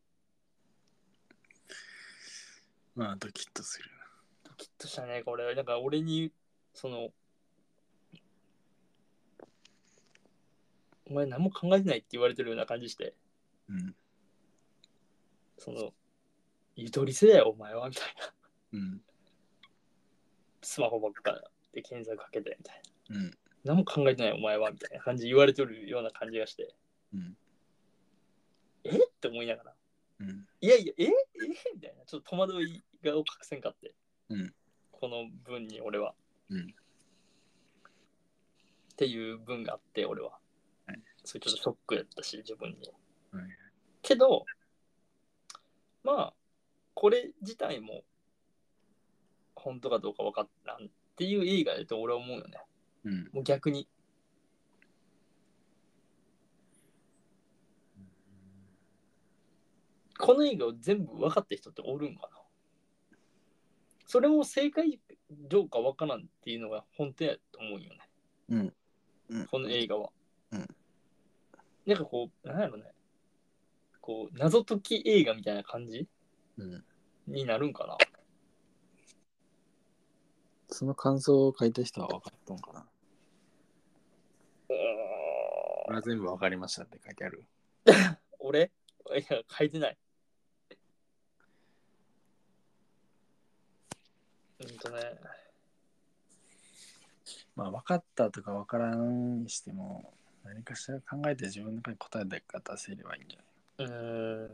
まあドキッとするな。 ドキッとしたねこれ。なんか俺にそのお前何も考えてないって言われてるような感じして、 うん、 そのゆとり世代お前はみたいな、 うん、 スマホばっかで検索かけてみたいな、うん、 何も考えてないお前はみたいな感じ言われてるような感じがして、 うん、 えって思いながら、 うん、 いやいやええみたいなちょっと戸惑いがを隠せんかって、 うん、 この文に俺は、 うん、 っていう文があって俺は、 はい、 それちょっとショックやったし自分に、 はい、 けどまあこれ自体も本当かどうか分からんっていう映画だと俺は思うよね、 うん、 もう逆にこの映画を全部分かった人っておるんかな。それも正解どうか分からんっていうのが本当やと思うよね、 うんうん、 この映画は、 うん、 なんかこうなんやろね、こう謎解き映画みたいな感じ、 うん、 になるんかな。 その感想を書いた人は分かったのかな。 うーん、 これは全部分かりましたって書いてある。 俺いや書いてない。うんとねまあ分かったとか分からんにしても何かしら考えて自分の中に答えが出せればいいんじゃない。 うーん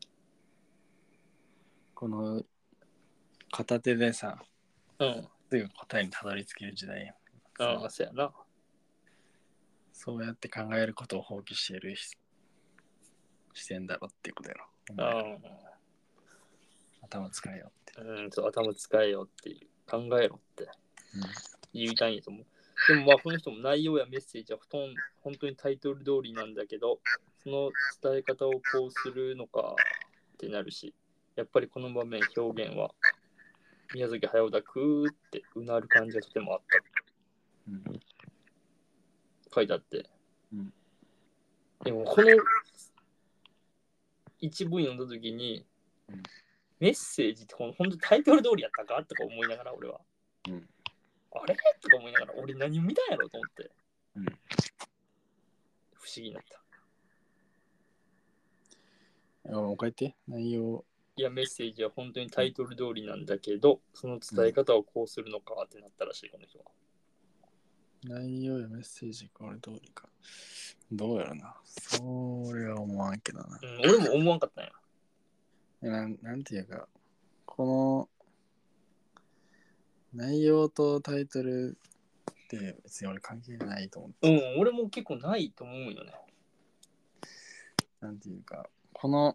この片手でさ、 うんすぐ答えにたどり着ける時代や。 ああそうやな。 そうやって考えることを放棄している視点だろっていうことやろ。 あ頭使えよって。 うんそう頭使えよっていう考えろってうん、 言いたいんやと思う。でもまあこの人も内容やメッセージはほとん本当にタイトル通りなんだけど、その伝え方をこうするのかってなるし、やっぱりこの場面表現は宮崎駿だくーってうなる感じがとてもあった、 うん、 書いてあって、 うん、 でもこの一文読んだ時に、うん、メッセージって本当にタイトル通りやったかとか思いながら俺は、うん、あれとか思いながら俺何見たんやろうと思って、うん、不思議になった。 もう一回言って内容。 いやメッセージは本当にタイトル通りなんだけど、その伝え方をこうするのかってなったらしい、この人は。 内容やメッセージこれ通りか。どうやろな。それは思わんけどな。 うん、俺も思わんかったんや。 なん、なんていうか、この内容とタイトルって別に俺関係ないと思って。 うん、俺も結構ないと思うよね。 なんていうか、この、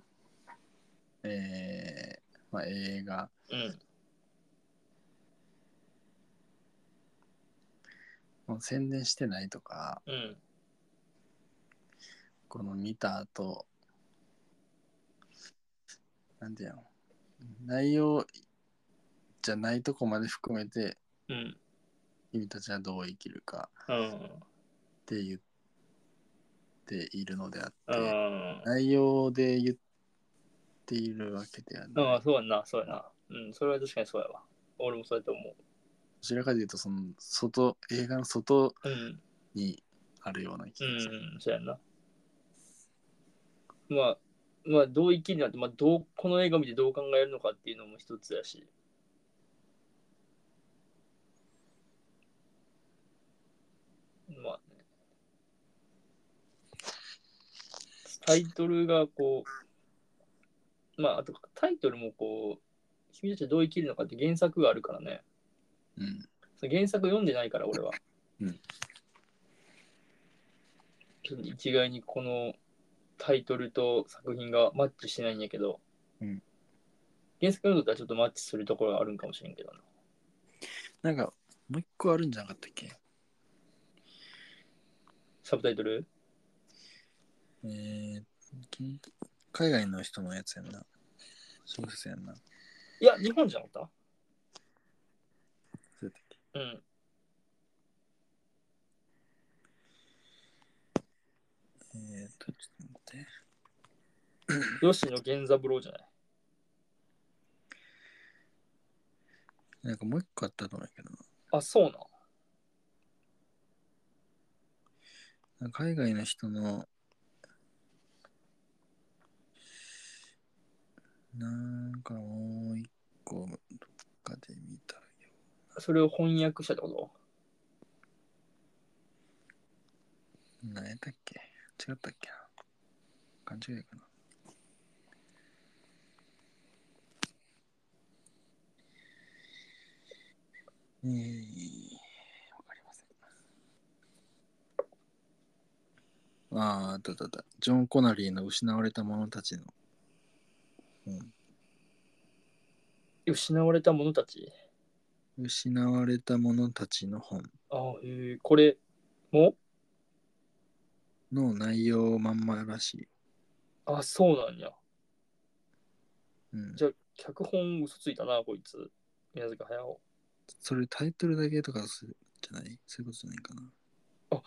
えー、まあ映画、 うん、 もう宣伝してないとか、 うん、 この見た後、なんていうの、内容じゃないとこまで含めて、 うん、 君たちはどう生きるかうん、 って言っているのであって、 うん、 内容で言っているわけではない。 ああ、そうやな、そうやな。うん、それは確かにそうやわ。俺もそうやと思う。 どちらかというと、その外、映画の外うん、 にあるような気うがする。 ん、そうやな。まあ、まあ、どう生きるなんて、まあ、どう、この映画見てどう考えるのかっていうのも一つやし。まあね。タイトルがこう、まあ、あとタイトルもこう、君たちはどう生きるのかって原作があるからね。 うん。 その原作読んでないから、俺は。 うん。 一概にこのタイトルと作品がマッチしないんやけど、 うん、 原作読んだらちょっとマッチするところがあるんかもしれんけどな。 なんか、もう一個あるんじゃなかったっけ？ サブタイトルえー、海外の人のやつやんな。小説やんな。 いや、日本じゃなかった。 そうやったっけ？ うん。 えーと、ちょっと待って。 吉野源三郎じゃない。 なんかもう一個あったと思うけどな。 あ、そうな。 なんか海外の人の、なんかもう一個どっかで見たよ。 それを翻訳したってこと？ 何やったっけ？違ったっけな。勘違いかな。 えー、わかりません。ああ、あったあったあった。ジョン・コナリーの失われた者たちの。うん。 失われた者たち。 失われた者たちの本ああ、へえ、これもの内容まんまらしい。 あ、そうなんや。 うん。 じゃあ、脚本嘘ついたな、こいつ。宮崎駿。 それタイトルだけとかすじゃないそういうことじゃないかな。 あ、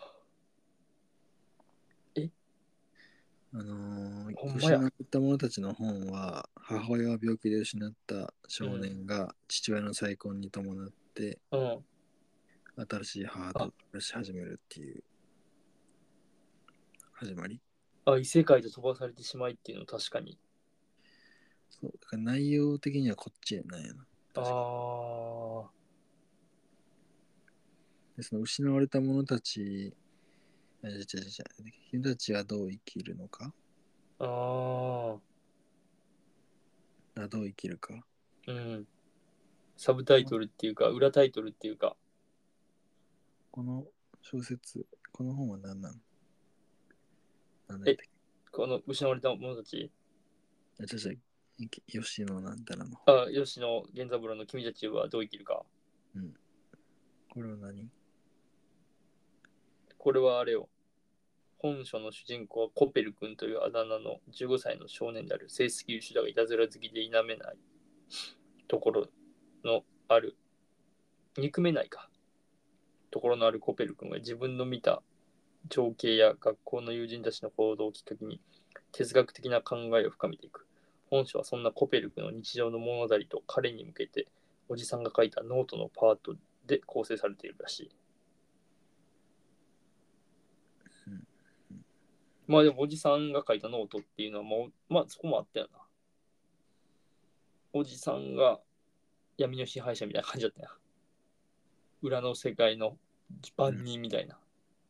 えあのー、 ほんまや。 失った者たちの本は、母親を病気で失った少年が父親の再婚に伴ってうん。 新しい母と暮らし始めるっていう始まり。 あ、異世界と飛ばされてしまいっていうの確かに。 そう、だから内容的にはこっちなんやな。 あ確かあ。 でその失われた者たち、あじゃじゃじゃ君たちはどう生きるのかああ。 あどう生きるか。 うん。サブタイトルっていうか、裏タイトルっていうか。 この小説、この本は何なの何だっえ、 けこの失われた者たち。 あ、じゃじゃ吉野なんたらの本。 あ、吉野源三郎の君たちはどう生きるか。 うん。これは何これはあれよ。本書の主人公はコペル君というあだ名のじゅうごさいの少年である。成績優秀だがいたずら好きで否めないところのある、憎めないか。ところのあるコペル君が自分の見た情景や学校の友人たちの行動をきっかけに哲学的な考えを深めていく。本書はそんなコペル君の日常の物語と彼に向けておじさんが書いたノートのパートで構成されているらしい。 うん。 まあでもおじさんが書いたノートっていうのはもう、まあそこもあったよな。おじさんが闇の支配者みたいな感じだったよ。裏の世界の番人みたいな。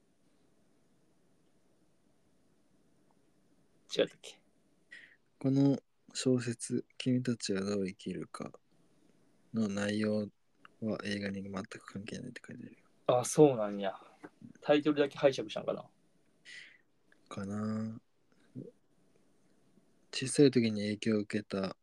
違ったっけ。 この小説、君たちはどう生きるかの内容は映画に全く関係ないって書いてあるよ。 あ、そうなんや。タイトルだけ拝借したんかな。 かな小さい時に影響を受けた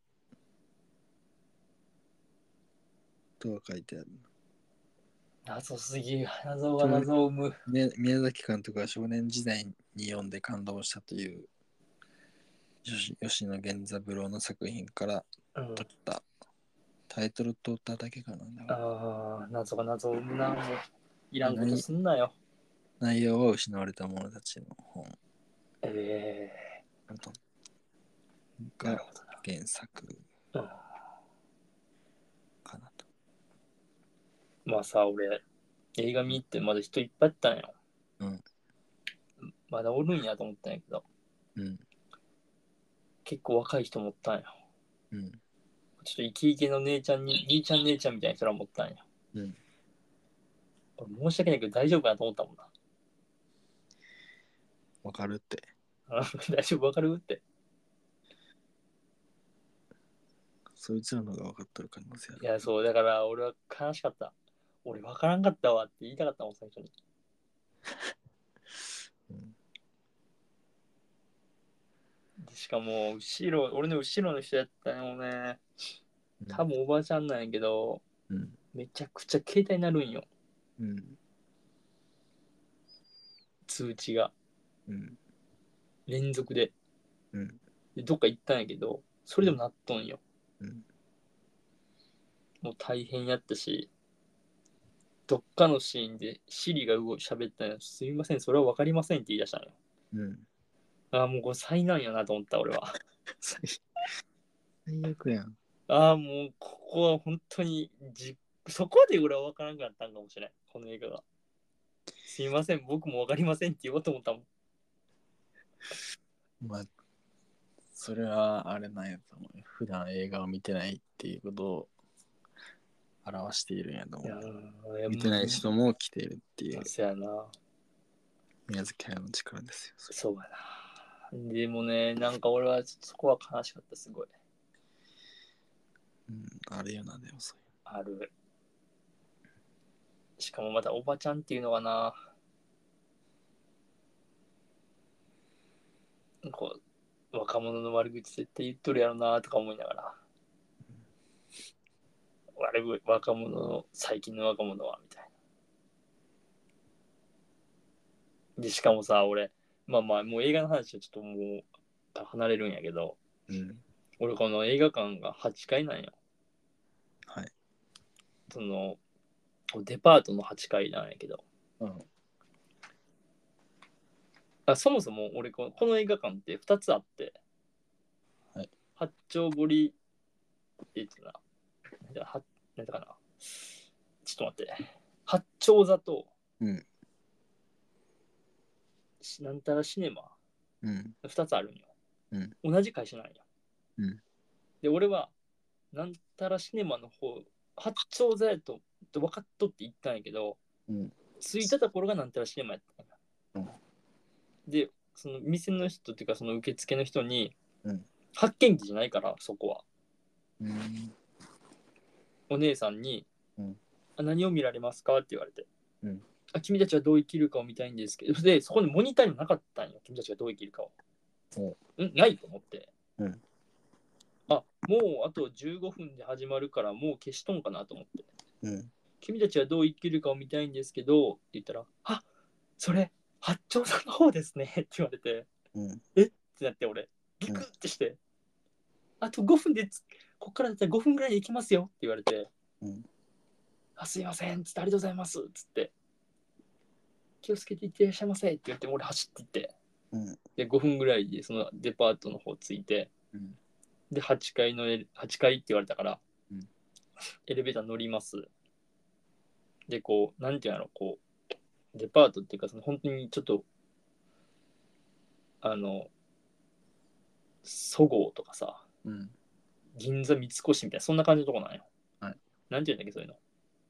とは書いてある。 謎すぎる。謎が謎を生む。 ね、宮崎監督が少年時代に読んで感動したという吉吉野源三郎の作品からうん、 取ったタイトル取っただけかな。 ああ、謎が謎を生むな。もういらんこと内すんなよ。 内容は失われた者たちの本ええー、なるがほ原作どな。 かなと。 うん、まあさ、俺、映画見に行ってまだ人いっぱいあったんよ。 うん。 まだおるんやと思ったんやけど、 うん。 結構若い人もおったんよ。 うん。 ちょっとイケイケの姉ちゃんに、兄ちゃん姉ちゃんみたいな人らもおったんよ。 うん。 俺申し訳ないけど大丈夫かなと思ったもんな。 わかるって。 大丈夫わかるって。 そいつらのが分かってる可能性ある。 いや、そう、だから俺は悲しかった。俺わからんかったわって言いたかったもん、最初に。 うん。 でしかも、後ろ、俺の後ろの人やったよね。多分おばあちゃんなんやけど、 うん。 めちゃくちゃ携帯になるんよ。 うん。 通知が。 うん。 連続で。 うん。 で、どっか行ったんやけど、それでもなっとんよ。 うん。 もう大変やったし、どっかのシーンでシリが動い喋ったんや。すみません、それは分かりませんって言い出したんよ。 うん。 ああ、もうこれ災難やなと思った、俺は。 最最悪やん。 ああ、もうここは本当にじ、そこで俺は分からんかったんかもしれない、この映画が。すみません、僕も分かりませんって言おうと思ったもん。 まあ、それはあれなんやと思うよ。普段映画を見てないっていうことを表しているんやと思う。見てない人も来ているっていう。 そうやな。 宮崎駿の力ですよ。そそうやな。でもね、なんか俺はそこは悲しかった、すごい。 うん、あるよな、でもそういう。 ある。 しかもまたおばちゃんっていうのはな、こう若者の悪口絶対言っとるやろなとか思いながら、悪若者の最近の若者はみたいな。でしかもさ、俺まあまあもう映画の話はちょっともう離れるんやけど、うん、俺この映画館がはちかいなんよ。はい。そのデパートのはちかいなんやけど、うん、あそもそも俺この、この映画館ってふたつあって、はい、八丁堀えっとな、はなんだかな、ちょっと待って、八丁座と、うん、なんたらシネマ、うん、ふたつあるんよ、うん、同じ会社なんよ、うん、で俺はなんたらシネマの方八丁座やと分かっとって言ったんやけど、うん、着いたところがなんたらシネマやったんや、うん、でその店の人っていうかその受付の人に、うん、発見機じゃないからそこは、うん、お姉さんに、うん、あ何を見られますかって言われて、うん、あ君たちはどう生きるかを見たいんですけど、でそこにモニターにもなかったんよ、君たちがどう生きるかを、うん、ないと思って、うん、あもうあとじゅうごふんで始まるからもう消しとんかなと思って、うん、君たちはどう生きるかを見たいんですけどって言ったら、あそれ八丁さんの方ですねって言われて、うん、えってなって俺ギクってして、うん、あとごふんでここからだったらごふんぐらいで行きますよって言われて、うん、あすいませんつってありがとうございますつって気をつけていってらっしゃいませって言って俺走っていって、うん、でごふんぐらいでそのデパートの方着いて、うん、ではちかいのはちかいって言われたから、うん、エレベーター乗ります。でこうなんていうのこうデパートっていうかその本当にちょっとあのそごうとかさ、うん、銀座三越みたいなそんな感じのとこなんよ、はい、なんていうんだっけそういうの、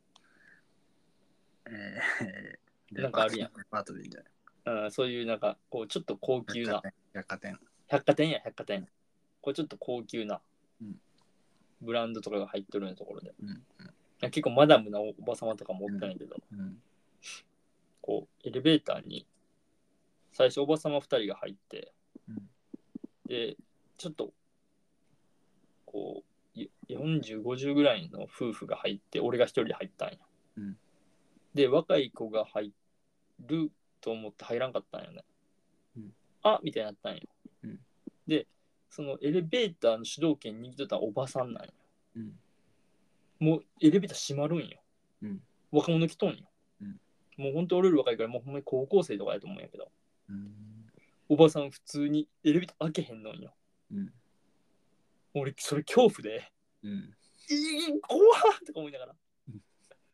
えー、なんかあるやんデパートでいいんじゃない、うん、そういうなんかこうちょっと高級な百貨店百貨店や百貨店こうちょっと高級な、うん、ブランドとかが入っとるようなところで、うんうん、結構マダムなおばさまとかもおったんやけど、うんうん、こうエレベーターに最初おばさまふたりが入って、うん、でちょっとこうよんじゅう、ごじゅうぐらいの夫婦が入って俺が一人で入ったんや、うん、で若い子が入ると思って入らんかったんよね、うん、あみたいになったんよ、うん、でそのエレベーターの主導権握っとったおばさんなんよ、うん、もうエレベーター閉まるんよ、うん、若者来とんよ、うん、もうほんと俺より若いからもうほんまに高校生とかやと思うんやけど、うん、おばさん普通にエレベーター開けへんのんよ、うん、俺それ恐怖で、うん、いい怖っとか思いながら、うん、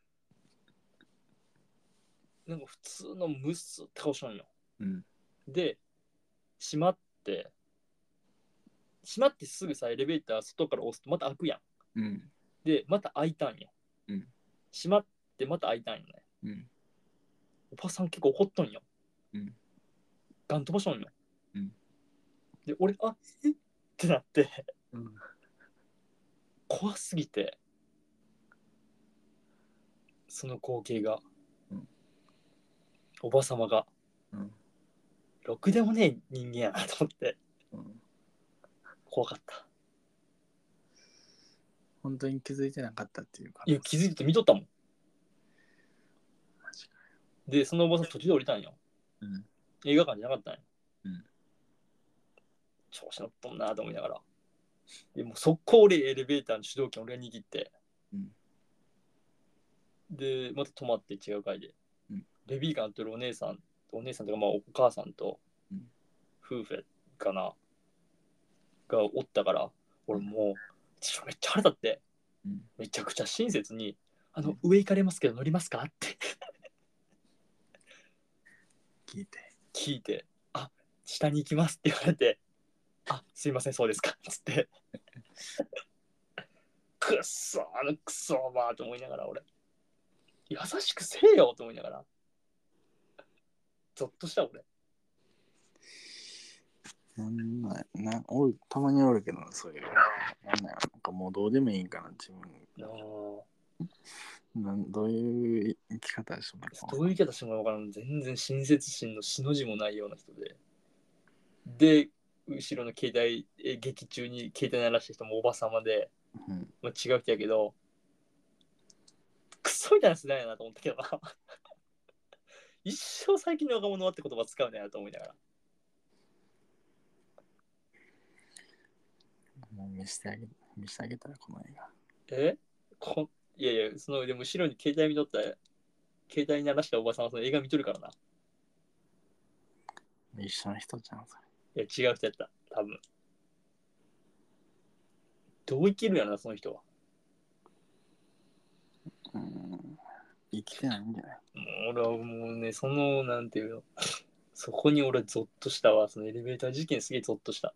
なんか普通のムスって顔したんよ、うん、で閉まって閉まってすぐさエレベーター外から押すとまた開くやん、うん、でまた開いたんよ、うん、閉まってまた開いたんよね、うん、おばさん結構怒っとんよ、うん、ガン飛ばしとんよ、うん、で俺あえってなって、うん、怖すぎてその光景が、うん、おばさまが、うん、ろくでもねえ人間やなと思って、うん、怖かった。 本当に気づいてなかったっていうか、 いや気づいて見とったもん。マジかよ。でそのおばさん途中で降りたんよ、うん、映画館じゃなかったんよ、うん、調子乗っとんなと思いながら、でも速攻でエレベーターの主導権俺が握って、うん、でまた止まって違う階で、うん、ベビーカー乗ってるお姉さんお姉さんとかまあお母さんと、うん、夫婦かながおったから、俺もうめっちゃ腹立って、うん、めちゃくちゃ親切にあの、うん、上行かれますけど乗りますかって聞いて聞いて、あ下に行きますって言われて、あすいませんそうですかっつってくっそあのくそおばあと思いながら、俺優しくせえよと思いながらゾッとした俺。 なんななおるたまにおるけどそういうなんなんかもうどうでもいいんかな自分。 あなんどういう生き方してもらどういう生き方してもらうかな。全然親切心のしの字もないような人で。で、後ろの携帯、え劇中に携帯鳴らした人もおばさまで、 うん、 まあ、違う人やけど、クソみたいな世代やなと思ったけどな。一生最近の若者はって言葉使うねやと思いながら。 もう見せてあげ見せてあげたらこの映画。 えこいやいや、その、でも後ろに携帯見とった、携帯に鳴らしたおばさんはその映画見とるからな。 一緒の人じゃん、そいや、違う人やった。多分。どう生きるやろな、その人は。 れ。うん。生きてないんじゃない？ もう俺はもうね、その、なんていうの、そこに俺ゾッとしたわ。そのエレベーター事件すげえゾッとした。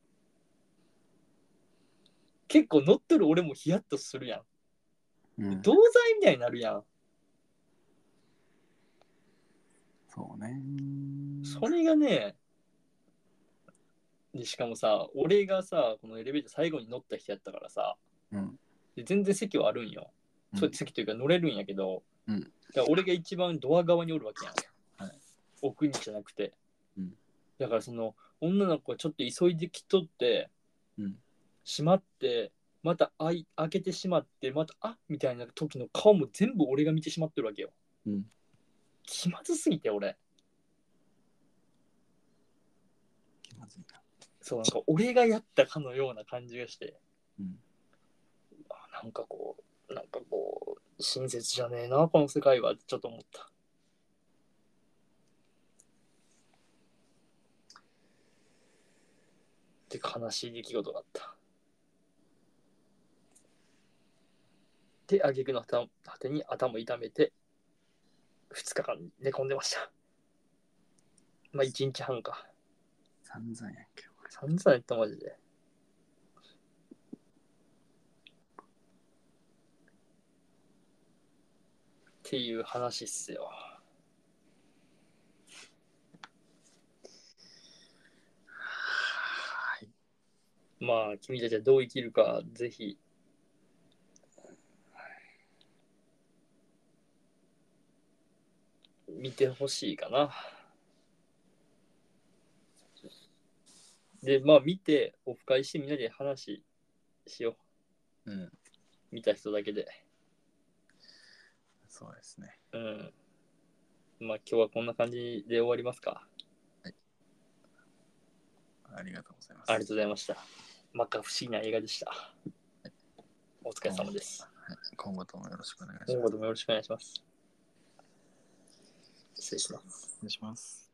結構乗ってる俺もヒヤッとするやん。うん、同罪みたいになるやん。 そうね。 それがね、でしかもさ、俺がさ、このエレベーター最後に乗った人やったからさ、 うん、 で全然席はあるんよ。うん、そう席というか乗れるんやけど、 うん、 だから俺が一番ドア側におるわけやん。 はい、 奥にじゃなくて。 うん、 だからその女の子がちょっと急いできとって、うん、閉まって、また開開けてしまって、またあみたいな時の顔も全部俺が見てしまってるわけよ。うん、気まずすぎて俺。気まずいな。そう、なんか俺がやったかのような感じがして、うん、なんかこう、なんかこう、親切じゃねえな、この世界はってちょっと思った。で、悲しい出来事があった。で、挙句の果てに頭痛めて、ふつかかん寝込んでました。まあ、いちにちはんか。 散々やんけ。 散々やった、マジで。っていう話っすよ。はい。まあ、君たちはどう生きるか、ぜひ。見てほしいかな。で、まあ見て、オフ会してみんなで話しよう。うん。見た人だけで。 そうですね。 うん。まあ今日はこんな感じで終わりますか。はい。 ありがとうございます。 ありがとうございました。まか不思議な映画でした。はい、お疲れ様です。 はい、今後ともよろしくお願いします。 今後ともよろしくお願いします。失礼します。 失礼します。